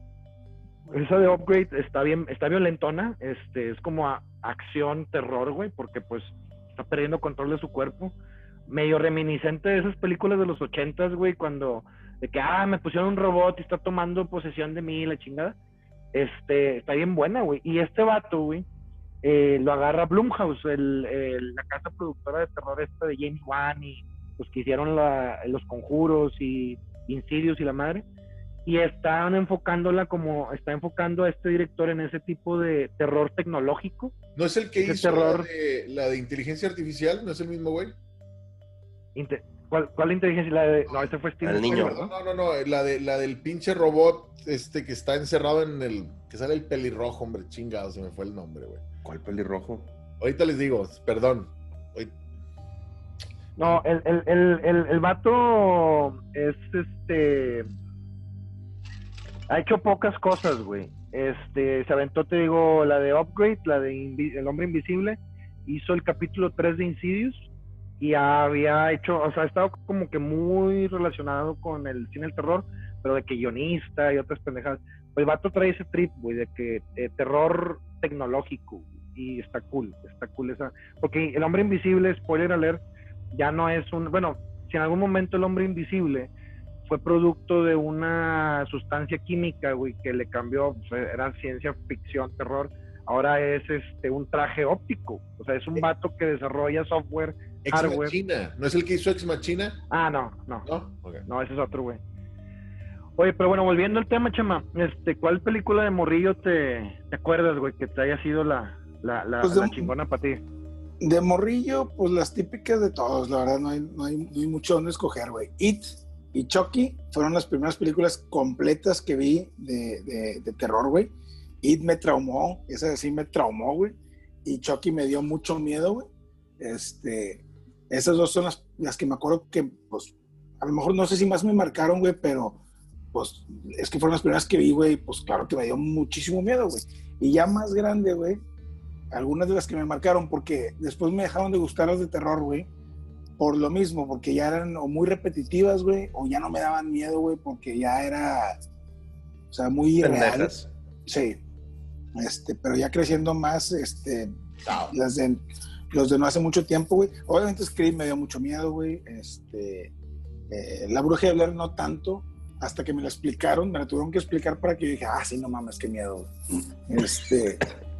Esa de Upgrade está bien, está violentona, este, es como a- acción, terror, güey, porque pues está perdiendo control de su cuerpo. Medio reminiscente de esas películas de los ochentas, güey, cuando de que, ah, me pusieron un robot y está tomando posesión de mí, la chingada. Este, está bien buena, güey. Y este vato, güey, eh, lo agarra Blumhouse, el, el- la casa productora de terror esta de James Wan y los que hicieron la, los conjuros y Insidious y la madre. Y están enfocándola como, está enfocando a este director en ese tipo de terror tecnológico. ¿No es el que ese hizo terror. La, de, la de inteligencia artificial? ¿No es el mismo güey? Inte- ¿Cuál, ¿Cuál inteligencia? La de, no, ese fue Steven El niño. Spielberg, No, no, no, la, de, la del pinche robot este que está encerrado en el... Que sale el pelirrojo, hombre, chingado, se me fue el nombre, güey. ¿Cuál pelirrojo? Ahorita les digo, perdón. Hoy- No, el, el, el, el, el vato es este. Ha hecho pocas cosas, güey. Este, se aventó, te digo, la de Upgrade, la de Invi- El Hombre Invisible. Hizo el capítulo tres de Insidious. Y había hecho, o sea, ha estado como que muy relacionado con el cine del terror, pero de que guionista y otras pendejadas. Pues el vato trae ese trip, güey, de que eh, terror tecnológico. Y está cool, está cool esa. Porque El Hombre Invisible, spoiler alert, ya no es un... Bueno, si en algún momento El Hombre Invisible fue producto de una sustancia química, güey, que le cambió, pues, era ciencia ficción, terror, ahora es este un traje óptico. O sea, es un vato que desarrolla software, Ex hardware. Machina. ¿No es el que hizo Ex Machina? Ah, no, no, ¿No? Ok. no, ese es otro, güey. Oye, pero bueno, volviendo al tema, Chema, este, ¿cuál película de morrillo te, te acuerdas, güey, que te haya sido la, la, la, Pues la de- chingona para ti? De morrillo, pues las típicas de todos, la verdad, no hay, no hay, no hay mucho donde escoger, güey. It y Chucky fueron las primeras películas completas que vi de, de, de terror, güey. It me traumó, esa sí me traumó, güey. Y Chucky me dio mucho miedo, güey. Este, esas dos son las, las que me acuerdo que, pues, a lo mejor no sé si más me marcaron, güey, pero, pues, es que fueron las primeras que vi, güey. Pues claro que me dio muchísimo miedo, güey. Y ya más grande, güey, algunas de las que me marcaron, porque después me dejaron de gustar las de terror, güey, por lo mismo, porque ya eran o muy repetitivas, güey, o ya no me daban miedo, güey, porque ya era, o sea, muy irreal. Pendejas. Sí, este, pero ya creciendo más, este, Chao. las de, los de no hace mucho tiempo, güey, obviamente Scream me dio mucho miedo, güey, este, eh, La Bruja de Blair no tanto, hasta que me la explicaron, me la tuvieron que explicar para que yo dije, ah, sí, no mames, qué miedo, güey. Este...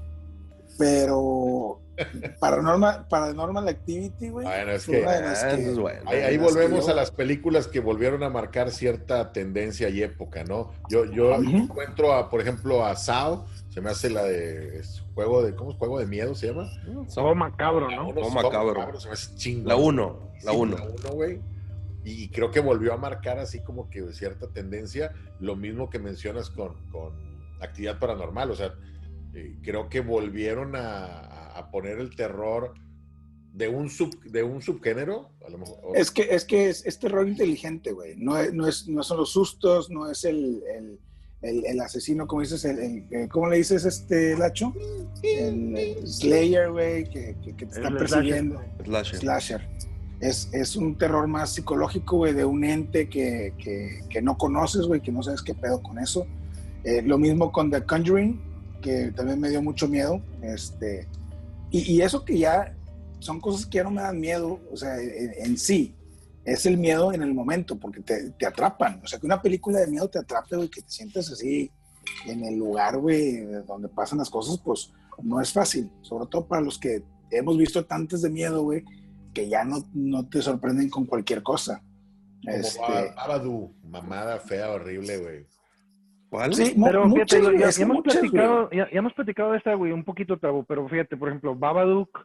Pero Paranormal, Paranormal Activity, güey. Bueno, es fue que- una de las Ah, que- eso es bueno. Ahí, ahí las que volvemos yo- a las películas que volvieron a marcar cierta tendencia y época, ¿no? Yo, yo Ujú. encuentro, a, por ejemplo, a Saw, se me hace la de es juego de, ¿cómo es? Juego de miedo se llama. Todo macabro, ¿no? Unos Juego macabro. macabros, se me hace chingón. La uno, la Sí, uno. La uno, güey. Y creo que volvió a marcar así como que cierta tendencia, lo mismo que mencionas con, con Actividad Paranormal, o sea, eh, creo que volvieron a, a poner el terror de un sub de un subgénero, a lo mejor. Es que es, que es, es terror inteligente, güey. No, es, no, es, no son los sustos, no es el, el, el, el asesino, como dices, el, el- el- ¿cómo le dices, este, Lacho? El, el Slayer, güey, que, que, que te está El persiguiendo. Slasher. Slasher. Es, es un terror más psicológico, güey, de un ente que, que, que no conoces, güey, que no sabes qué pedo con eso. Eh, lo mismo con The Conjuring, que también me dio mucho miedo. Este, y, y eso que ya son cosas que ya no me dan miedo, o sea, en, en sí. Es el miedo en el momento, porque te, te atrapan. O sea, que una película de miedo te atrape, güey, que te sientas así en el lugar, güey, donde pasan las cosas, pues no es fácil. Sobre todo para los que hemos visto tantas de miedo, güey, que ya no, no te sorprenden con cualquier cosa. Como Este, Baba- Babadook, mamada fea, horrible, güey. ¿Cuál? sí, mu- Pero muchas, fíjate, güey, ya, es ya que hemos muchas, platicado, ya, ya hemos platicado de esta, güey, un poquito, Tabo, pero fíjate, por ejemplo, Babadook,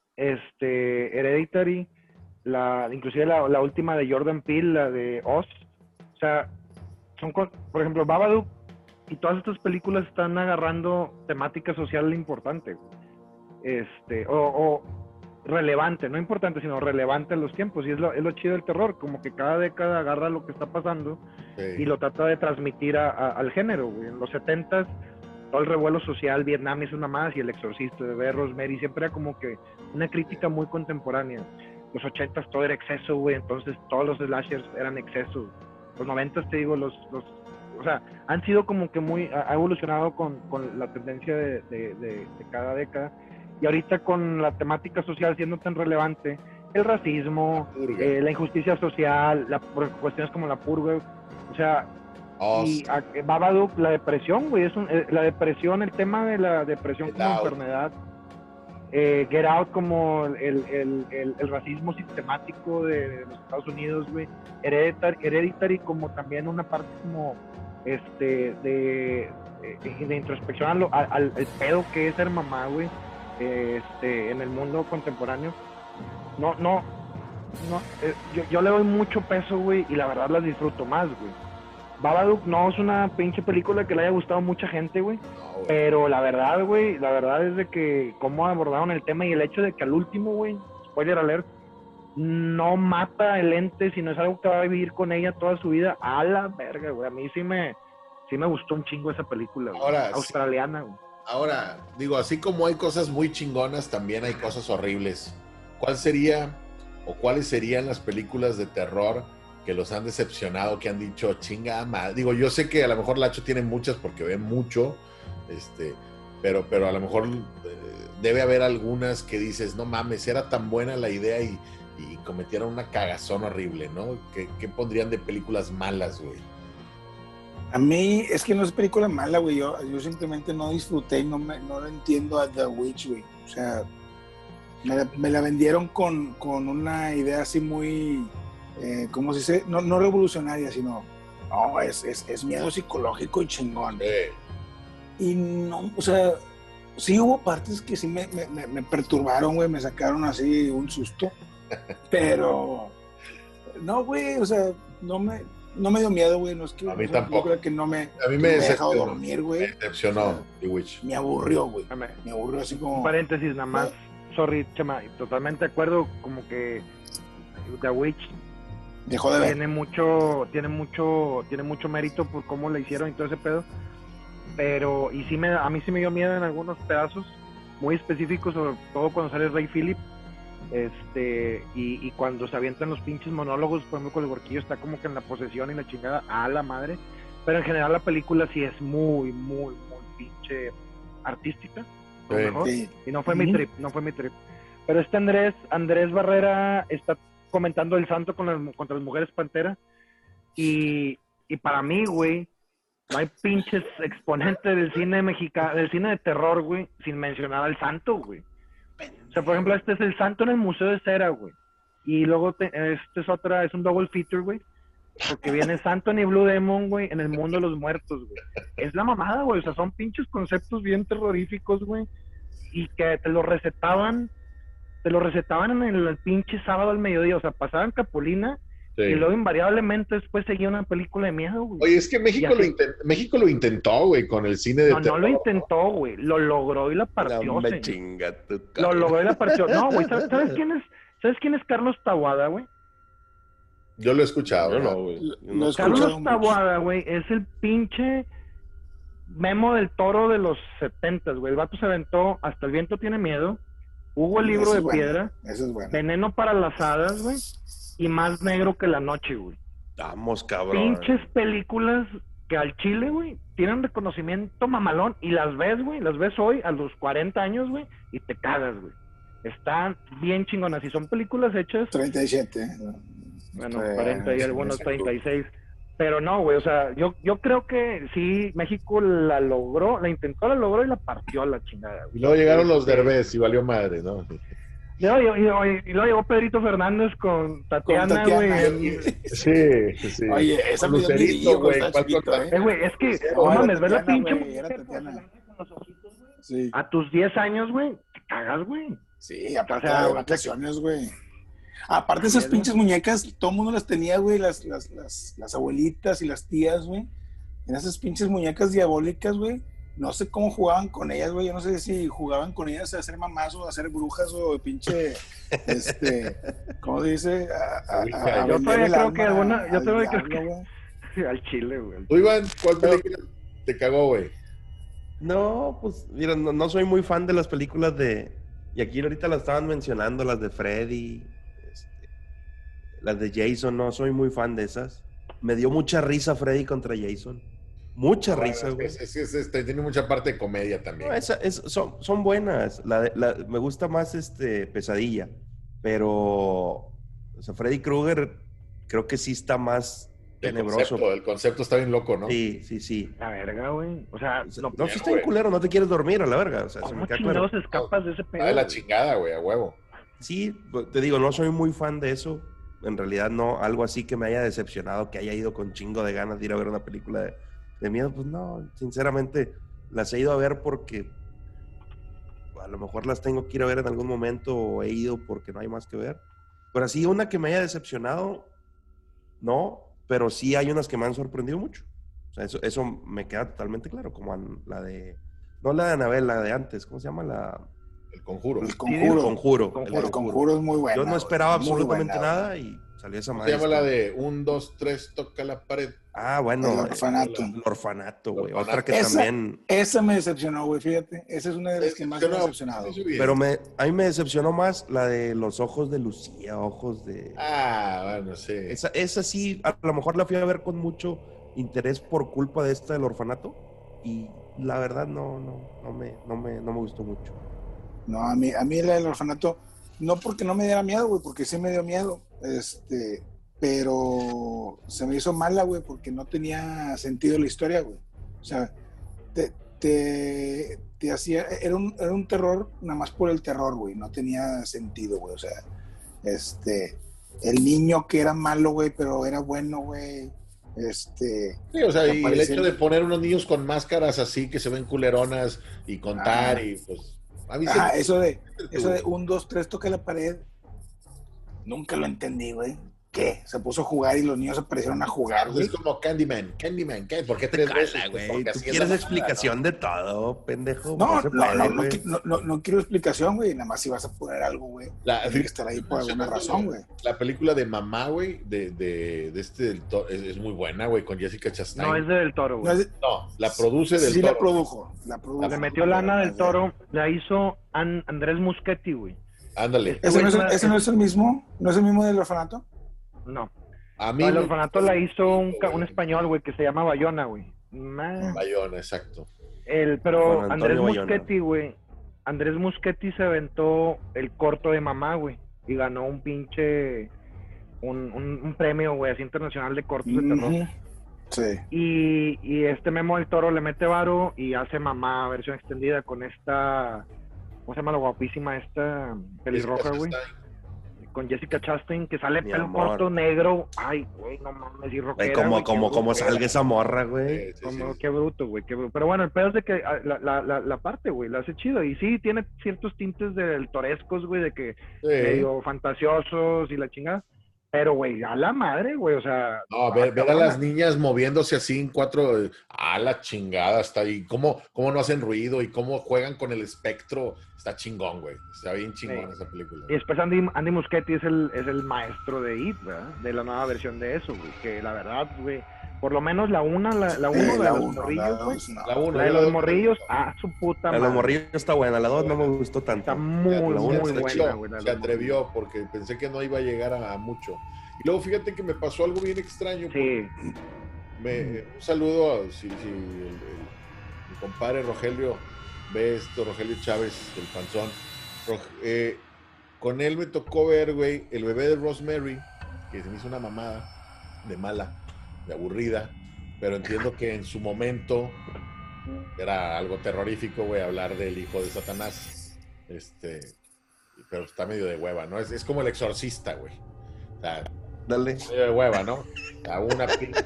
este, Hereditary, la, inclusive la, la última de Jordan Peele, la de Oz, o sea, son, co- por ejemplo, Babadook y todas estas películas están agarrando temática social importante, güey. este, o, o relevante, no importante, sino relevante en los tiempos, y es lo, es lo chido del terror, como que cada década agarra lo que está pasando Sí. y lo trata de transmitir a, a- al género, güey. En los setentas, todo el revuelo social, Vietnam hizo una más, y El Exorcista de Bebé Rosemary, siempre era como que una crítica muy contemporánea. Los ochentas todo era exceso, güey, entonces todos los slashers eran exceso. Los noventas, te digo, los, los, o sea, han sido como que muy, ha evolucionado con, con la tendencia de, de, de, de cada década, y ahorita con la temática social siendo tan relevante, el racismo, Purga. eh, la injusticia social, la, por cuestiones como la purga, o sea, Oz, y a- Babadook, la depresión, güey, es un, eh, la depresión, el tema de la depresión Get como Out. enfermedad, eh, Get Out como el, el, el, el racismo sistemático de, de los Estados Unidos, güey, Hereditary, Hereditary como también una parte como, este, de, de, de introspección al, al, al pedo que es ser mamá, güey, este, en el mundo contemporáneo. No, no, no, eh, yo, yo le doy mucho peso, güey, y la verdad las disfruto más, güey. Babadook no es una pinche película que le haya gustado a mucha gente, güey, no, güey. pero la verdad, güey, la verdad es de que cómo abordaron el tema y el hecho de que al último, güey, spoiler alert, no mata el ente, sino es algo que va a vivir con ella toda su vida. A la verga, güey, a mí sí me, sí me gustó un chingo esa película, güey. Ahora, sí. Australiana, güey. Ahora, digo, así como hay cosas muy chingonas, también hay cosas horribles. ¿Cuál sería o cuáles serían las películas de terror que los han decepcionado, que han dicho, chinga madre? Digo, yo sé que a lo mejor Lacho tiene muchas porque ve mucho, este, pero, pero a lo mejor eh, debe haber algunas que dices, no mames, era tan buena la idea y, y cometieron una cagazón horrible, ¿no? ¿Qué, qué pondrían de películas malas, güey? A mí es que no es película mala, güey. Yo, yo simplemente no disfruté y no, me, no lo entiendo a The Witch, güey. O sea, me la, me la vendieron con, con una idea así muy, eh, ¿cómo se dice? No, no revolucionaria, sino No, es, es, es miedo psicológico y chingón. Eh, Y no, o sea, sí hubo partes que sí me, me, me, me perturbaron, güey, me sacaron así un susto. Pero, no, güey, o sea, no me, no me dio miedo, güey. No es que A mí es una tampoco. película que no me, A mí que me me ha dejado decepcionó. dormir, me güey. decepcionó The Witch. Me aburrió, güey. Espérame, Me aburrió así un como... paréntesis nada más. Sorry, Chema, totalmente de acuerdo. Como que The Witch Dejó de ver. tiene mucho, tiene mucho, tiene mucho mérito por cómo la hicieron y todo ese pedo. Pero, y sí me, a mí sí me dio miedo en algunos pedazos muy específicos, sobre todo cuando sale Ray Phillip, este, y, y cuando se avientan los pinches monólogos, por ejemplo, con el Borquillo está como que en la posesión y la chingada a la madre. Pero en general la película sí es muy, muy, muy pinche artística, a lo Sí. mejor. Sí. Y no fue Ujú. mi trip, no fue mi trip. Pero este Andrés, Andrés Barrera está comentando el santo con las, contra las mujeres pantera. Y, y para mí, güey, no hay pinches exponentes del cine mexicano, del cine de terror, güey, sin mencionar al santo, güey. O sea, por ejemplo, este es el santo en el Museo de Cera, güey. Y luego te, este es otra, es un double feature, güey. Porque viene Santo y Blue Demon, güey, en el mundo de los muertos, güey. Es la mamada, güey. O sea, son pinches conceptos bien terroríficos, güey. Y que te lo recetaban, te lo recetaban en el, el pinche sábado al mediodía. O sea, pasaban Capulina Sí. y luego invariablemente después seguía una película de miedo, güey. Oye, es que México Y lo, así- inten- México lo intentó, güey, con el cine de No, no terror. lo intentó, güey. Lo logró y la partió, No me señor. chinga tu Lo cara. logró y la partió. No, güey, ¿sabes, ¿sabes quién es? ¿Sabes quién es Carlos Taboada, güey? Yo lo he escuchado. Yo ¿verdad? no, güey. Yo Lo no- he escuchado Carlos mucho. Taboada, güey, es el pinche Memo del Toro de los setentas, güey. El vato se aventó Hasta el viento tiene miedo, Hugo el libro Ese de es bueno. piedra, Eso es bueno. Veneno para las hadas, güey, y Más negro que la noche, güey. Vamos, cabrón. Pinches películas que al chile, güey, tienen reconocimiento mamalón y las ves, güey, las ves hoy a los cuarenta años, güey, y te cagas, güey. Están bien chingonas y son películas hechas, treinta y siete. bueno, Sí, cuarenta y sí, algunos exacto. treinta y seis. Pero no, güey, o sea, yo, yo creo que sí, México la logró, la intentó, la logró y la partió a la chingada, Y güey. luego llegaron los Este, Derbez y valió madre, ¿no? Y luego, y, y- y luego llegó Pedrito Fernández con Tatiana, Tatiana, güey. y- Sí, sí. Oye, esa Con me dio Lucerito, miedillo, güey, está ¿cuál chiquito, contacto? Eh, güey, es que, No, no era mames, ver la Tatiana, pinche güey, era muñeca Tatiana. con los ojitos, güey. Sí, A tus diez años, güey, te cagas, güey. sí, aparte O sea, de vacaciones, güey. Aparte esas miedo. pinches muñecas, todo el mundo las tenía, güey, las, las, las, las abuelitas y las tías, güey. En esas pinches muñecas diabólicas, güey. No sé cómo jugaban con ellas, güey. Yo no sé si jugaban con ellas a hacer mamás o a hacer brujas o pinche, este, ¿cómo se dice? A, a, a, a Yo vender todavía el creo que alma alguna- yo al todavía creo diablo, que- güey. Al chile, güey. Tú, Iván, ¿cuál película te cagó, güey? No, pues, mira, no, no soy muy fan de las películas de... Y aquí ahorita las estaban mencionando, las de Freddy, este, las de Jason, no soy muy fan de esas. Me dio mucha risa Freddy contra Jason. Mucha Bueno, risa, es, güey. es, es, es- este, tiene mucha parte de comedia también. No, esa- es- son, son buenas. La de- la- me gusta más este Pesadilla. Pero, o sea, Freddy Krueger creo que sí está más el, tenebroso. concepto, el concepto está bien loco, ¿no? Sí, sí, sí. La verga, güey. O sea, O sea, no, no, si está en culero, no te quieres dormir a la verga. O sea, se ¿cómo me queda claro. chingados escapas de ese pedo? Ah, de la güey? chingada, güey, a huevo. Sí, te digo, no soy muy fan de eso. En realidad no, algo así que me haya decepcionado, que haya ido con chingo de ganas de ir a ver una película de, de miedo, pues no, sinceramente las he ido a ver porque a lo mejor las tengo que ir a ver en algún momento o he ido porque no hay más que ver. Pero así una que me haya decepcionado, no, pero sí hay unas que me han sorprendido mucho. O sea, eso, eso me queda totalmente claro, como an- la de, no la de Anabel, la de antes, ¿cómo se llama? La, El conjuro. El Sí, conjuro. el Conjuro. Conjuro. El conjuro es muy bueno. Yo no esperaba muy absolutamente buena, nada y salió esa ¿Cómo madre. se llama la de un, dos, tres, toca la pared? Ah, bueno. El eh, orfanato. El orfanato, güey. Orfanato. Otra que Esa- también... Esa me decepcionó, güey, fíjate. Esa es una de las que más me ha Decepcionó. decepcionado. Sí, bien. Pero me, a mí me decepcionó más la de los ojos de Lucía, ojos de... Ah, bueno, sí. Esa, esa sí, a lo mejor la fui a ver con mucho interés por culpa de esta del orfanato y la verdad no, no, no, me, no, me, no me gustó mucho. No, a mí, a mí la del orfanato, no porque no me diera miedo, güey, porque sí me dio miedo, este, pero se me hizo mala, güey, porque no tenía sentido la historia, güey. O sea, te, te, te hacía, era un, era un terror nada más por el terror, güey, no tenía sentido, güey. O sea, este, el niño que era malo, güey, pero era bueno, güey. Este, Sí, o sea, y el aparecen- hecho de poner unos niños con máscaras así que se ven culeronas y contar Ah. y pues a mí ajá, se- eso de, eso de un, dos, tres, toca la pared, nunca lo entendí, güey. ¿Qué? Se puso a jugar y los niños aparecieron a jugar, güey. es como Candyman, Candyman, ¿qué? ¿Por qué Te tres cala, veces? Pues güey. porque Tú así es quieres la explicación de todo, pendejo. No, No se no, puede, no, no, güey. qui- no, no, no quiero explicación, güey. Nada más si vas a poner algo, güey. La- Tiene que estar ahí por alguna razón, güey. La película de Mamá, güey, de, de, de este del Toro, es, es muy buena, güey, con Jessica Chastain. No es de Del Toro, No, güey. es- No, la produce del sí Toro. la produjo, la produjo. Le metió lana pero Del no es de- Toro, la hizo An- Andrés Muschietti, güey. Ándale. ¿Ese no, es, Güey, ese no es el mismo? ¿No es el mismo del orfanato? No. A mí No, el me- orfanato la hizo un, ca- un español, güey, que se llama Bayona, güey. Ma- Bayona, exacto. El, pero Juan Andrés Antonio Bayona. Muschietti, güey. Andrés Muschietti se aventó el corto de Mamá, güey. Y ganó un pinche. Un, un, un premio, güey, así internacional de cortos de terror. Ujú. Sí. Y, y este Memo del Toro le mete varo y hace Mamá versión extendida con esta. ¿Cómo se llama la guapísima esta pelirroja, güey? Con Jessica Chastain, que sale Mi pelo amor. corto, negro. Ay, güey, no mames, y Güey, rockera, como, güey, como, qué como brutera. salga esa morra, güey. Sí, sí, Como, sí. qué bruto, güey, qué bruto. Pero bueno, el pedo es de que ah, la, la, la, la parte, güey, la hace chido. Y sí, tiene ciertos tintes del torescos, güey, de que Sí. medio fantasiosos y la chingada. Pero, güey, a la madre, güey, o sea... No, ver, ver a cabrona. las niñas moviéndose así en cuatro, eh, a la chingada está ahí. ¿Cómo, cómo no hacen ruido y cómo juegan con el espectro? Está chingón, güey. Está bien chingón Sí. esa película. Y después Andy, Andy Muschietti es el, es el maestro de It, ¿verdad? De la nueva versión de eso, güey. Que la verdad, güey, por lo menos la una, la, la uno, Eh, la, de la los uno, la morrillos, güey. dos, no. La uno, La de yo los la- morrillos, ah, su puta La de madre. los morrillos está buena, la dos no me gustó tanto. Está muy, Se muy atrevió, buena, güey. la de se los atrevió porque pensé que no iba a llegar a, a mucho. Y luego fíjate que me pasó algo bien extraño. morrillos. porque Sí. me- un saludo a si, si el- el- mi compadre Rogelio ve esto, Rogelio Chávez, el panzón. Rog- eh, con él me tocó ver, güey, el bebé de Rosemary, que se me hizo una mamada de mala, de aburrida, pero entiendo que en su momento era algo terrorífico, güey, hablar del hijo de Satanás. Este, pero está medio de hueva, ¿no? Es, es como el exorcista, güey. O sea, Dale. medio de hueva, ¿no? A una pinche.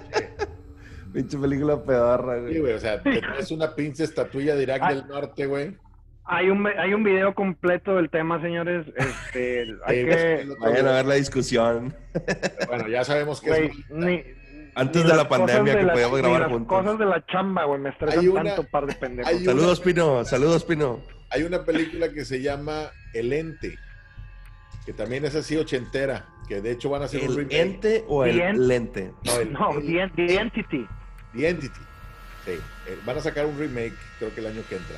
Pinche película pedorra, Sí, güey. güey, o sea, te traes una pinche estatuilla de Irak Ah. del Norte, güey. Hay un, hay un video completo del tema, señores. Este, hay Eh, que... el otro Vayan a día, ver la discusión. Bueno, ya sabemos que Güey, es. ni, Antes ni de la las cosas pandemia de que la- podíamos ni grabar las juntos. cosas de la chamba, güey, me estresan Hay una- tanto par de pendejos. hay un- Saludos, Pino. Saludos, Pino. Hay una película que se llama El Ente, que también es así ochentera, que de hecho van a hacer un ¿El remake. ente o el The Ent- lente? No, el, No, el- The, The Entity. The Entity. Sí, eh, van a sacar un remake, creo que el año que entra.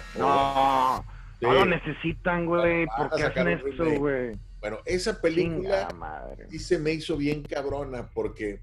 No, Sí. no lo necesitan, güey. Van a ¿Por qué sacar hacen un eso, remake. güey? Bueno, esa película Chinga madre. sí se me hizo bien cabrona porque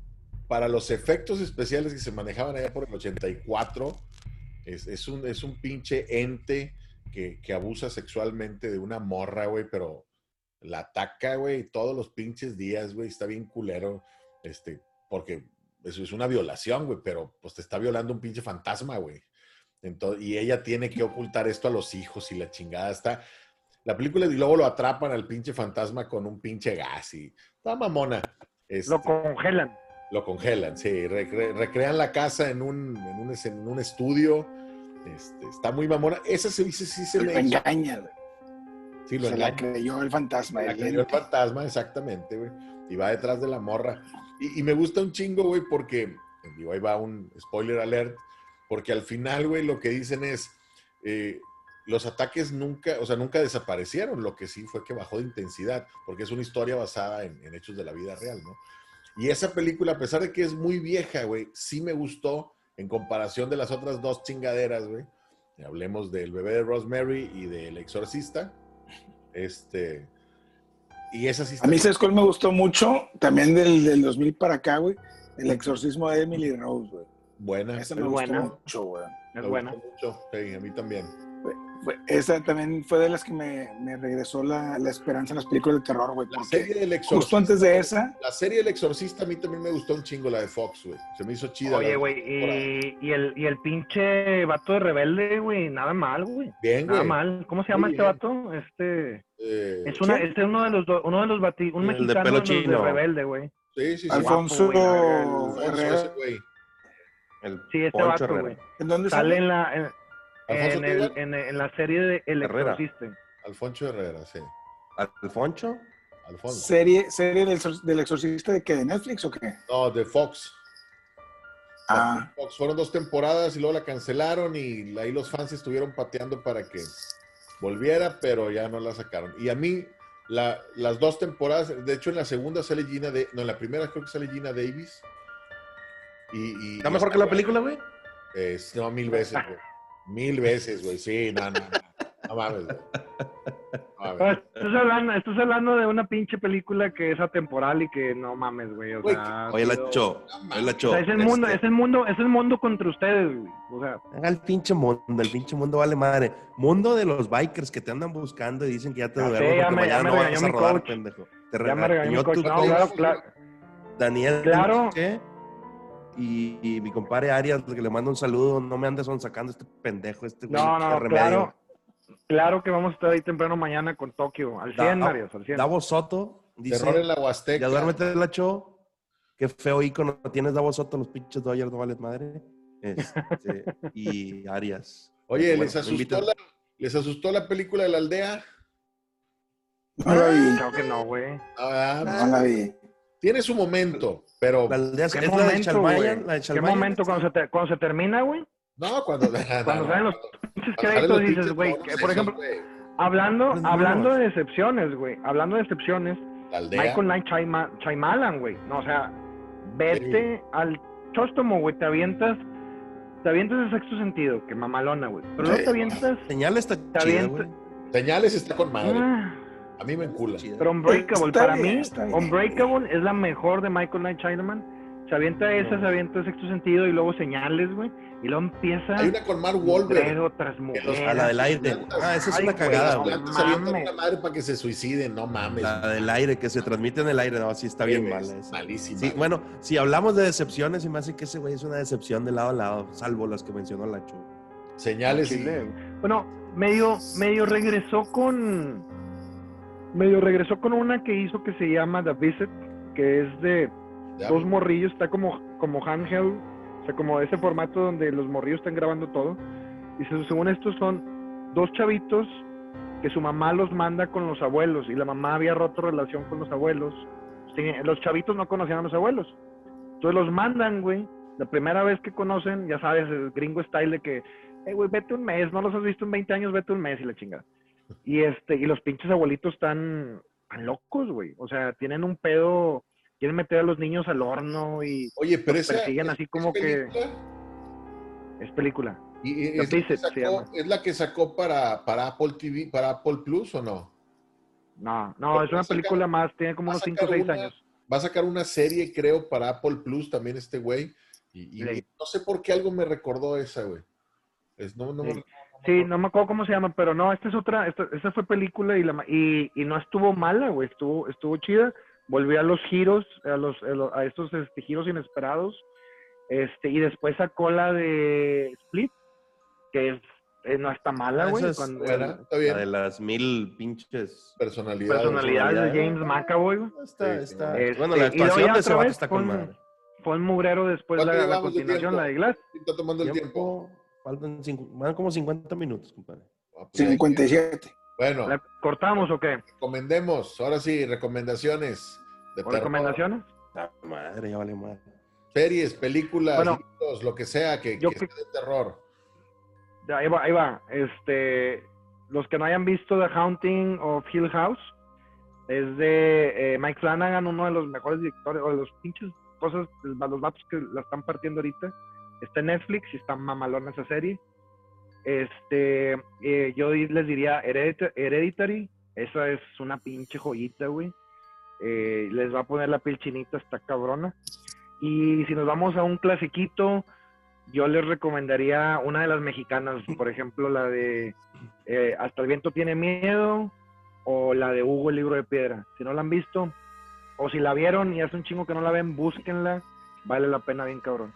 para los efectos especiales que se manejaban allá por el ochenta y cuatro, es, es, un, es un pinche ente que, que abusa sexualmente de una morra, güey, pero la ataca, güey, todos los pinches días, güey, está bien culero, este, porque eso es una violación, güey, pero pues te está violando un pinche fantasma, güey. Entonces, y ella tiene que ocultar esto a los hijos y la chingada está... La película y luego lo atrapan al pinche fantasma con un pinche gas y está mamona. Este, Lo congelan. lo congelan, sí, recre- recrean la casa en un, en un, es- en un estudio. Este, está muy mamona. Esa se dice, sí se Lo me hizo. engaña, güey. Sí, lo Se la engaña. creyó el fantasma. La el creyó el ente. fantasma, exactamente, güey. Y va detrás de la morra. Y, y me gusta un chingo, güey, porque, digo, ahí va un spoiler alert, porque al final, güey, lo que dicen es, eh, los ataques nunca, o sea, nunca desaparecieron, lo que sí fue que bajó de intensidad, porque es una historia basada en, en hechos de la vida real, ¿no? Y esa película, a pesar de que es muy vieja, güey, sí me gustó en comparación de las otras dos chingaderas, güey. Hablemos del bebé de Rosemary y del exorcista. Este... Y esa sí está... A mí, ¿sabes cuál me gustó mucho? También del, del dos mil para acá, güey. El exorcismo de Emily Rose, güey. buena. Esa Es me gustó buena. mucho, güey. Me Es buena. gustó mucho. Sí, a mí también. Fue- fue- esa también fue de las que me, me regresó la, la esperanza en las películas de terror, güey. La Porque serie del justo exorcista. antes de esa, La serie del exorcista a mí también me gustó un chingo, la de Fox, güey. Se me hizo chida. Oye, la- güey, y, y, el, y el pinche vato de rebelde, güey, nada mal, güey. Bien, Nada güey. mal. ¿Cómo se llama Muy este bien. vato? Este... Eh, Es una, ¿quién? este es uno de los, do- uno de los bati, un El de mexicano pelo de los de chino. rebelde, güey. Sí, sí, sí. Alfonso Guapo, güey, Alfonso, Herrera. ese güey. El Sí, este Poncho vato, Herrera. güey. ¿En dónde Sale sale? en la, en, ¿Alfonso en, qué, el, güey? en, en la serie de El Herrera. Exorcista. Alfonso Herrera, sí. ¿Alfonso? Alfonso. ¿Serie, serie del, exor- del exorcista de qué? ¿De Netflix o qué? No, de Fox. Ah, Fox. Fueron dos temporadas y luego la cancelaron y ahí los fans estuvieron pateando para que volviera, pero ya no la sacaron. Y a mí, la, las dos temporadas, de hecho en la segunda sale Gina, de, no, en la primera creo que sale Gina Davis. Y, y, ¿Está y mejor que la película, güey? Es, no, mil veces, güey. Mil veces, güey. Sí, no, no, no. No mames, güey. No Pero mames. estás hablando, estás hablando de una pinche película que es atemporal y que no mames, güey. O Güey, sea, ha Oye, la sido- Cho. Oye, la O Cho. sea, es el mundo, este, es el mundo, es el mundo contra ustedes, güey. O sea, Haga el pinche mundo, el pinche mundo vale madre. Mundo de los bikers que te andan buscando y dicen que ya te Ya duermes sé, ya porque me- ya mañana me no vas regañó a mi rodar, coach. pendejo. Te ya me regañó mi regañó coach. tu No, coach, claro, claro. Daniel, Claro. ¿qué? Y, y mi compadre Arias, que le mando un saludo, no me andes sacando este pendejo, este güey. No, qué no, remedio. claro. Claro que vamos a estar ahí temprano mañana con Tokio. Al cien, Da- Marios, al cien. Davo Soto dice, Terror en la Huasteca. ya duérmete la Cho. Qué feo ícono tienes, Davo Soto, los pinches Dodgers, no vales madre. Este, y Arias. Oye, Bueno, ¿les me asustó, invitan. la, ¿les asustó la película de la aldea? no la vi. Claro que no, güey. Ah, No la vi. tiene su momento, pero La aldea es, ¿Qué es la de momento, Chalmayan, güey? la de ¿Qué Chalmayan. momento cuando se, te- cuando se termina, güey? no, cuando, Cuando salen los pinches cuando salen créditos los dices, pinches güey, monos que, por esos, ejemplo, güey. hablando, Los hablando monos. de decepciones, güey, hablando de decepciones, La aldea. Michael Knight Shyama- Shyamalan, güey, no, o sea, vete al chóstomo, güey, te avientas, te avientas el sexto sentido, que mamalona, güey, pero luego Sí. te avientas, Señal está Te chida, avienta- güey. Señales está con madre. ah, A mí me encula. Chida. pero Unbreakable, Está para bien, mí, está bien. Unbreakable es la mejor de Michael Knight Shyamalan. Se avienta esa, No. se avienta el sexto sentido y luego señales, güey. Y luego empieza Hay una con Mark Wahlberg. mugrero tras los- mugrero. A la del aire. Ah, esa es una cagada, güey, güey. no Antes avientan mames. una madre para que se suiciden, no mames. La del aire, que se transmite en el aire. No, sí está bien Sí, mala es esa. malísima. Sí, bueno, si hablamos de decepciones, y me hace que ese güey es una decepción de lado a lado, salvo las que mencionó la Chu. Señales y... Chile, güey. Bueno, medio, medio regresó con. Medio regresó con una que hizo que se llama The Visit, que es de Ya, dos morrillos, está como, como handheld, o sea, como ese formato donde los morrillos están grabando todo. Y se- según esto son dos chavitos que su mamá los manda con los abuelos y la mamá había roto relación con los abuelos. Sí, los chavitos no conocían a los abuelos. Entonces los mandan, güey. La primera vez que conocen, ya sabes, el gringo style de que, eh, güey, vete un mes, no los has visto en veinte años, vete un mes y la chingada. Y este, y los pinches abuelitos están, están locos, güey. O sea, tienen un pedo, quieren meter a los niños al horno y Oye, pero los esa persiguen es- así es como que película, es película. y- y The es, la que Visit se sacó, llama. ¿es la que sacó para, para Apple T V, para Apple Plus o no? No, no, Pero es una saca- película más, tiene como va a unos cinco o sacar seis una- años. Va a sacar una serie, creo, para Apple Plus también este güey. Y, y Sí. no sé por qué algo me recordó esa, güey. Es, no, no, Sí. no- Sí, no me acuerdo cómo se llama, pero no, esta es otra, esta, esta fue película y, la, ma- y, y no estuvo mala, güey, estuvo, estuvo chida. Volvió a los giros, a, los, a, los- a estos este, giros inesperados, este, y después sacó la de Split, que es, eh, no está mala, Ah, güey. esa es cuando- buena, está La bien. de las mil pinches. Personalidad. personalidad de personalidad. James McAvoy, güey. Está, Sí, está. sí. Bueno, la Este, y luego actuación ya de ese otra vato vez está con fue- madre. Fue un mugrero después ¿Cuánto la, la llevamos de continuación, tiempo? la de Glass. Está tomando el tiempo. Tiempo, faltan cincu- van como cincuenta minutos, compadre. Ah, pues ahí- cincuenta y siete. Bueno, ¿La cortamos o qué? recomendemos. Ahora sí, recomendaciones de ¿O terror, recomendaciones? Ah, madre, ya vale madre. series, películas, Bueno, libros, lo que sea que, yo que que- sea de terror. Ya, Ahí va, ahí va. Este, los que no hayan visto The Haunting of Hill House, es de eh, Mike Flanagan, uno de los mejores directores, o de los pinches cosas, los vatos que la están partiendo ahorita. Está en Netflix y está mamalona esa serie. Este, eh, yo di- les diría Heredit- Hereditary, esa es una pinche joyita, güey. Eh, les va a poner la piel chinita, está cabrona. Y si nos vamos a un clasiquito, yo les recomendaría una de las mexicanas, por ejemplo, la de eh, Hasta el viento tiene miedo, o la de Hugo, el libro de piedra. Si no la han visto, o si la vieron y hace un chingo que no la ven, búsquenla, vale la pena bien cabrón.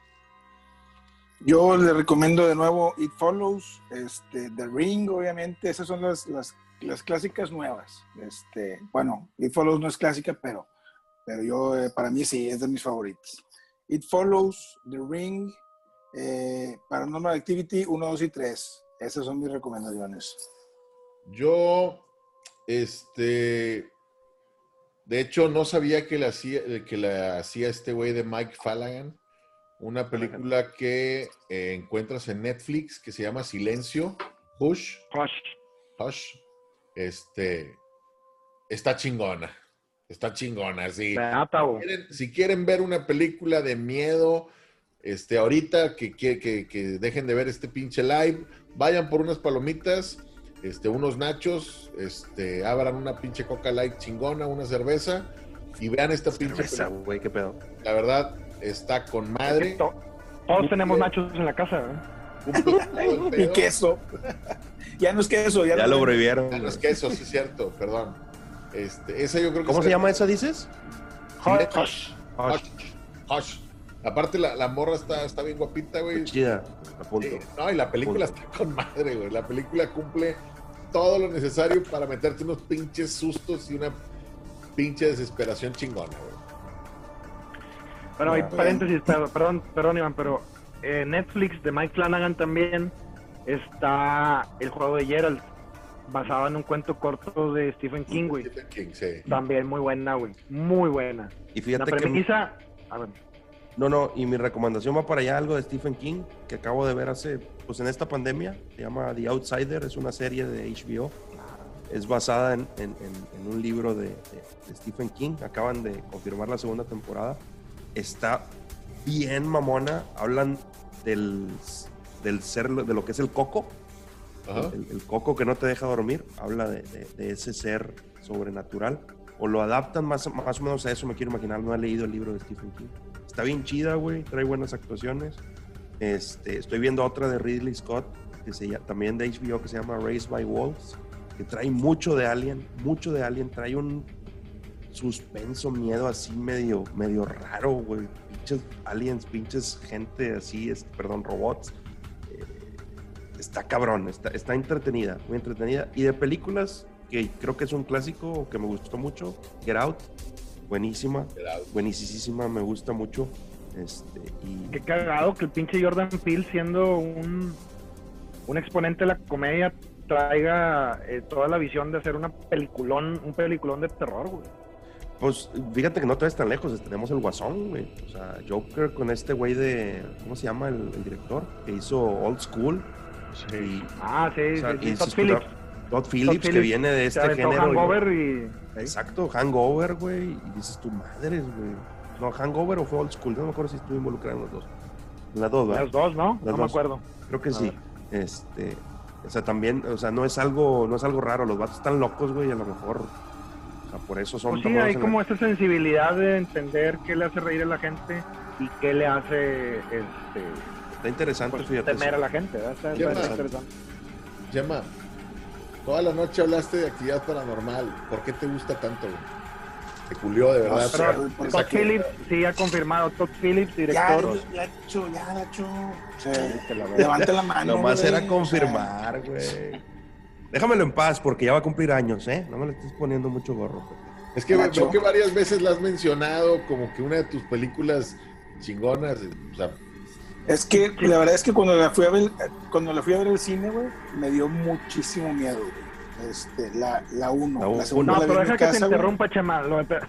Yo le recomiendo de nuevo It Follows, este, The Ring, obviamente, esas son las, las, las clásicas nuevas. Este, bueno, It Follows no es clásica, pero pero yo, eh, para mí sí, es de mis favoritos. It Follows, The Ring, eh, Paranormal Activity uno, dos y tres. Esas son mis recomendaciones. Yo, este, de hecho, no sabía que la hacía, que la hacía este güey de Mike Flanagan, una película que eh, encuentras en Netflix que se llama Silencio, Hush, Hush. Hush, este, está chingona, está chingona, sí. Beata, Si quieren, si quieren ver una película de miedo, este, ahorita que, que, que, que dejen de ver este pinche live, vayan por unas palomitas, este, unos nachos, este, abran una pinche Coca Light chingona, una cerveza y vean esta pinche Cerveza, película. güey, qué pedo. La verdad, está con madre. To- Todos tenemos nachos en la casa, ¿eh? Cumple todo el Y pedo. queso. Ya no es queso, ya, Ya lo prohibieron. Ah, no es queso, sí es cierto, perdón. Este, esa yo creo que ¿Cómo se sería- llama esa, dices? Hush. Hush. Hush. Aparte, la, la morra está, está bien guapita, güey. Chida, a punto. Sí, no, y la película Punto. está con madre, güey. La película cumple todo lo necesario para meterte unos pinches sustos y una pinche desesperación chingona, güey. Bueno, hay Ah, paréntesis, pero- perdón, perdón, Iván, pero eh, Netflix de Mike Flanagan también está El juego de Geralt, basado en un cuento corto de Stephen King, güey. Stephen King, sí. También muy buena, güey. Muy buena. Y La fíjate que... premisa... A ver, No, no, y mi recomendación va para allá, algo de Stephen King, que acabo de ver hace, pues en esta pandemia, se llama The Outsider, es una serie de H B O, es basada en, en- en- en un libro de, de- de Stephen King, acaban de confirmar la segunda temporada, está bien mamona, hablan del, del ser, de lo que es el coco, Ajá. el, el coco que no te deja dormir, habla de, de- de ese ser sobrenatural, o lo adaptan más, más o menos a eso, me quiero imaginar, no he leído el libro de Stephen King. Está bien chida, güey, trae buenas actuaciones. Este, estoy viendo otra de Ridley Scott, que se llama, también de H B O, que se llama Raised by Wolves, que trae mucho de Alien, mucho de Alien, trae un suspenso, miedo así medio, medio raro, güey. Pinches aliens, pinches gente así, es, perdón, robots. Eh, está cabrón, está, está entretenida, muy entretenida. Y de películas, que creo que es un clásico que me gustó mucho, Get Out, buenísima, Get Out. buenísima, me gusta mucho. Este, y qué cagado que el pinche Jordan Peele, siendo un, un exponente de la comedia, traiga eh, toda la visión de hacer una peliculón, un peliculón de terror, güey. pues fíjate que no te ves tan lejos, tenemos el Guasón, güey. O sea, Joker con este güey de, ¿cómo se llama el, el director? Que hizo Old School. Y, Ah, sí, o sea, sí, sí, y Todd se Phillips. escucha- Todd Phillips, que Phillips viene de Se este aventó género. y- Hangover y... Exacto, Hangover, güey. Y dices, tu madre, güey. No, Hangover o fue Old School, no me acuerdo si estuve involucrado en los dos. En las dos, ¿verdad? Las dos, ¿no? Las no me dos. acuerdo. Creo que A sí. Este, o sea, también, o sea, no es algo, no es algo raro. Los vatos están locos, güey, a lo mejor. O sea, por eso son Pues sí, famosos hay en como la- esa sensibilidad de entender qué le hace reír a la gente y qué le hace este, Está interesante, pues, fíjate. temer a la gente, ¿verdad? Está, ¿Qué está más? interesante. Gemma, toda la noche hablaste de actividad paranormal. ¿Por qué te gusta tanto, güey? Te culió, de verdad. No sé, Pero güey, pues, Todd aquí- Phillips sí ha confirmado. Todd Phillips, Ya, director. Nacho, ya, Nacho. O sea, que la verdad. levanta la mano. Nomás güey, era o sea, confirmar, güey. Déjamelo en paz, porque ya va a cumplir años, ¿eh? No me le estés poniendo mucho gorro. Pepe. Es que Nacho. veo que varias veces la has mencionado como que una de tus películas chingonas. O sea, Es que la verdad es que cuando la fui a ver, cuando la fui a ver al cine, güey, me dio muchísimo miedo, güey. Este, la, la uno, La la, uno. segunda No, la vi pero en mi deja que te casa, güey. interrumpa, Chema. Lo empe-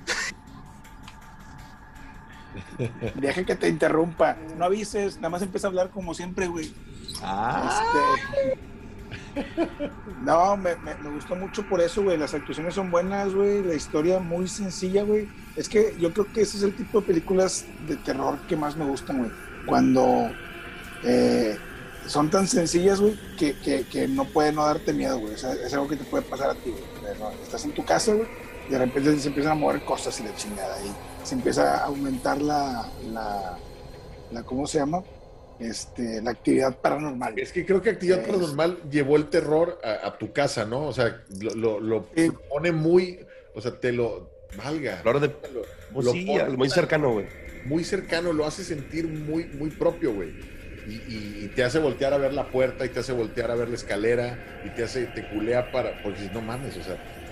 Deja que te interrumpa. No avises, nada más empieza a hablar como siempre, güey. Este, No, me, me, me gustó mucho por eso, güey. Las actuaciones son buenas, güey. La historia muy sencilla, güey. Es que yo creo que ese es el tipo de películas de terror que más me gustan, güey. Cuando eh, son tan sencillas, güey, que, que, que no puede no darte miedo, güey. O sea, es algo que te puede pasar a ti, güey. ¿No? Estás en tu casa, güey, y de repente se empiezan a mover cosas y la chingada. Y se empieza a aumentar la, la, la ¿cómo se llama? Este, la actividad paranormal. es que creo que actividad Es- paranormal llevó el terror a, a tu casa, ¿no? O sea, lo, lo, lo Sí. pone muy, o sea, te lo valga. Flor de... Lo, Pues lo sí, pone muy cercano, güey. muy cercano, lo hace sentir muy, muy propio, güey. Y, y- y te hace voltear a ver la puerta, y te hace voltear a ver la escalera, y te hace, te culea para, porque dices, no mames, o sea,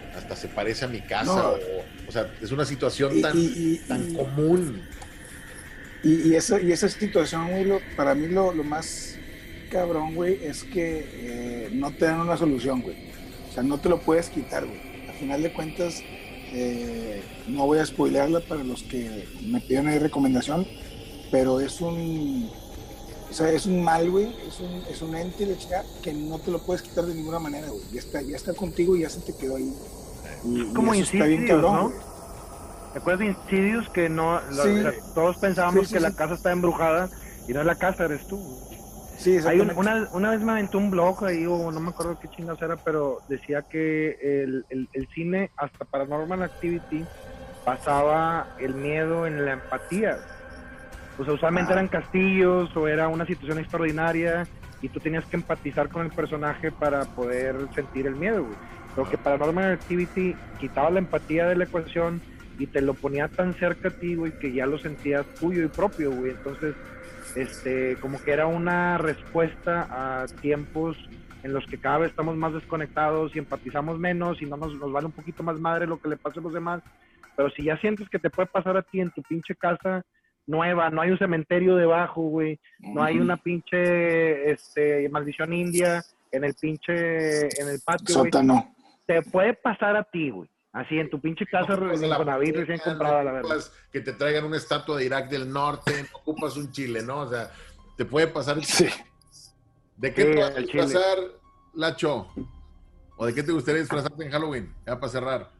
hasta se parece a mi casa, No. o, o sea, es una situación Y, tan, y, y, tan y- común. y- y esa, y esa situación, güey, lo- para mí lo, lo más cabrón, güey, es que eh, no te dan una solución, güey. O sea, no te lo puedes quitar, güey. Al final de cuentas, eh, no voy a spoilearla para los que me pidieron ahí recomendación, pero es un, o sea, es un mal, güey, es un, es un ente de chica que no te lo puedes quitar de ninguna manera, güey. Ya está, ya está contigo y ya se te quedó ahí. Y, y Como eso está bien Insidious, cabrón, ¿no? güey. ¿Te acuerdas de Insidious? Que no, lo- Sí. o sea, todos pensábamos Sí, sí, que la sí. casa está embrujada y no es la casa, eres tú. Sí, Hay un- exactamente. una, una vez me aventó un blog ahí, o no me acuerdo qué chingas era, pero decía que el, el, el cine, hasta Paranormal Activity, basaba el miedo en la empatía. O sea, usualmente Ah. eran castillos o era una situación extraordinaria y tú tenías que empatizar con el personaje para poder sentir el miedo, güey. Lo que Paranormal Activity quitaba la empatía de la ecuación y te lo ponía tan cerca a ti, güey, que ya lo sentías tuyo y propio, güey. Entonces, este, como que era una respuesta a tiempos en los que cada vez estamos más desconectados y empatizamos menos y no nos, nos vale un poquito más madre lo que le pasa a los demás. Pero si ya sientes que te puede pasar a ti en tu pinche casa nueva, no hay un cementerio debajo, güey, no hay una pinche este, maldición india en el pinche, en el patio, güey, Sótano. te puede pasar a ti, güey. Así en tu pinche casa, No ocupas en la Infonavit pandemia, recién comprada, la no verdad. ocupas que te traigan una estatua de Irak del Norte, no ocupas un chile, ¿no? O sea, te puede pasar el Sí. ¿De qué Sí, te vas a el chile. disfrazar, Lacho? ¿O de qué te gustaría disfrazarte en Halloween? Ya para cerrar.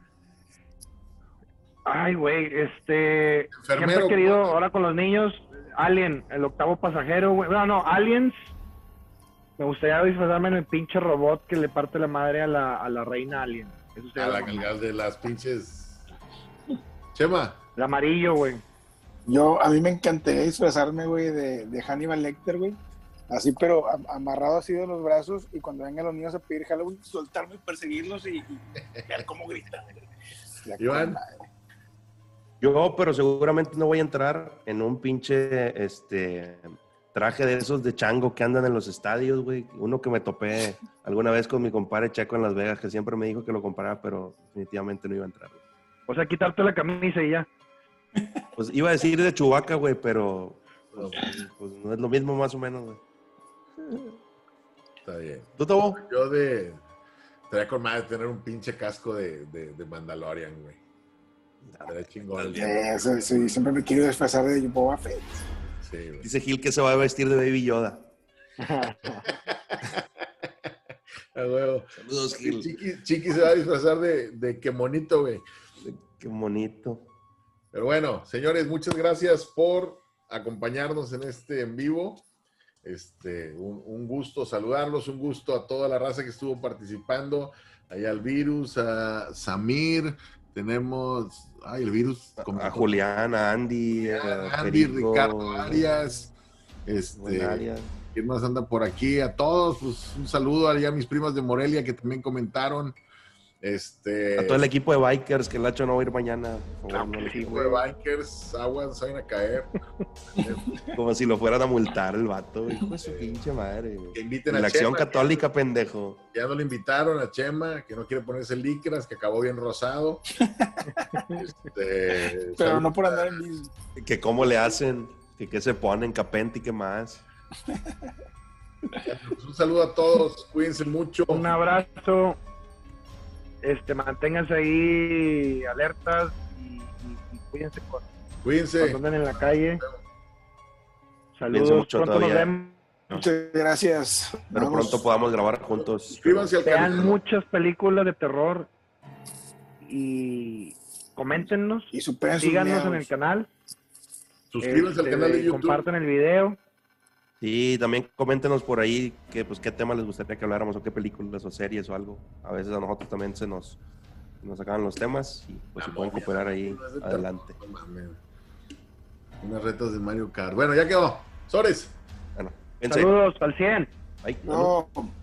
Ay, güey, este... Enfermero, siempre he querido, ¿cómo? ahora con los niños, Alien, el octavo pasajero, güey. No, no, Aliens. Me gustaría disfrazarme en el pinche robot que le parte la madre a la, a la reina Alien. Eso sería A la la mamá. calidad de las pinches. Chema. El amarillo, güey. Yo, a mí me encantaría disfrazarme, güey, de, de Hannibal Lecter, güey. Así, pero am- amarrado así de los brazos y cuando vengan los niños a pedir Halloween, soltarme y perseguirlos y, y ver cómo gritan. Ya Iván. con madre. Yo, pero seguramente no voy a entrar en un pinche este, traje de esos de chango que andan en los estadios, güey. Uno que me topé alguna vez con mi compadre Checo en Las Vegas, que siempre me dijo que lo comprara, pero definitivamente no iba a entrar, güey. O sea, quitarte la camisa y ya. Pues iba a decir de Chewbacca, güey, pero pues, pues, no es lo mismo más o menos, güey. Está bien. ¿Tú, Tobo? Yo de. Estaría con madre tener un pinche casco de, de, de Mandalorian, güey. Estaría chingón. Eh, eso- sí, siempre me quiero disfrazar de Boba Fett. Sí, güey. Dice Gil que se va a vestir de Baby Yoda. A huevo. Saludos, Gil. Chiqui, Chiqui se va a disfrazar de, de qué bonito, güey. Qué bonito. Pero bueno, señores, muchas gracias por acompañarnos en este en vivo. Este, un, un gusto saludarlos, un gusto a toda la raza que estuvo participando. Allá al Virus, a Samir, tenemos, ay, el Virus. A Julián, a Andy, a a Andy, Perico, Ricardo Arias, buen este, Arias. ¿quién más anda por aquí? A todos, pues un saludo allá a mis primas de Morelia que también comentaron. Este, A todo el equipo de Bikers, que el Hacho no va a ir mañana. Por favor, Claro no que le- sí, equipo de Bikers, aguas, se van a caer. Como si lo fueran a multar el vato, hijo de su pinche madre. güey. Que inviten Y a la acción Chema, católica, pendejo. que ya no le invitaron a Chema, que no quiere ponerse licras, que acabó bien rosado. Este, Pero salud- no por andar en bici. Que cómo le hacen, que qué se ponen, Capenti, qué más. pues, un saludo a todos, cuídense mucho. Un abrazo. Este, manténganse ahí alertas y, y- y cuídense con, Cuídense. cuando anden en la calle. Cuídense Saludos, mucho pronto nos todavía. vemos. Muchas gracias. Pero Vamos. pronto podamos grabar juntos. Suscríbanse al Vean canal. muchas películas de terror y coméntenos, Y superen sus síganos miedos. en el canal, Suscríbanse al este, canal de YouTube. compartan el video. Sí, también coméntenos por ahí que, pues, qué tema les gustaría que habláramos o qué películas o series o algo. A veces a nosotros también se nos, se nos acaban los temas y pues si La pueden momia, cooperar ahí, no es de adelante. terror, no mames. Unas retas de Mario Kart. Bueno, ya quedó. Sores. Bueno, fíjense. Saludos al cien. Bye. No,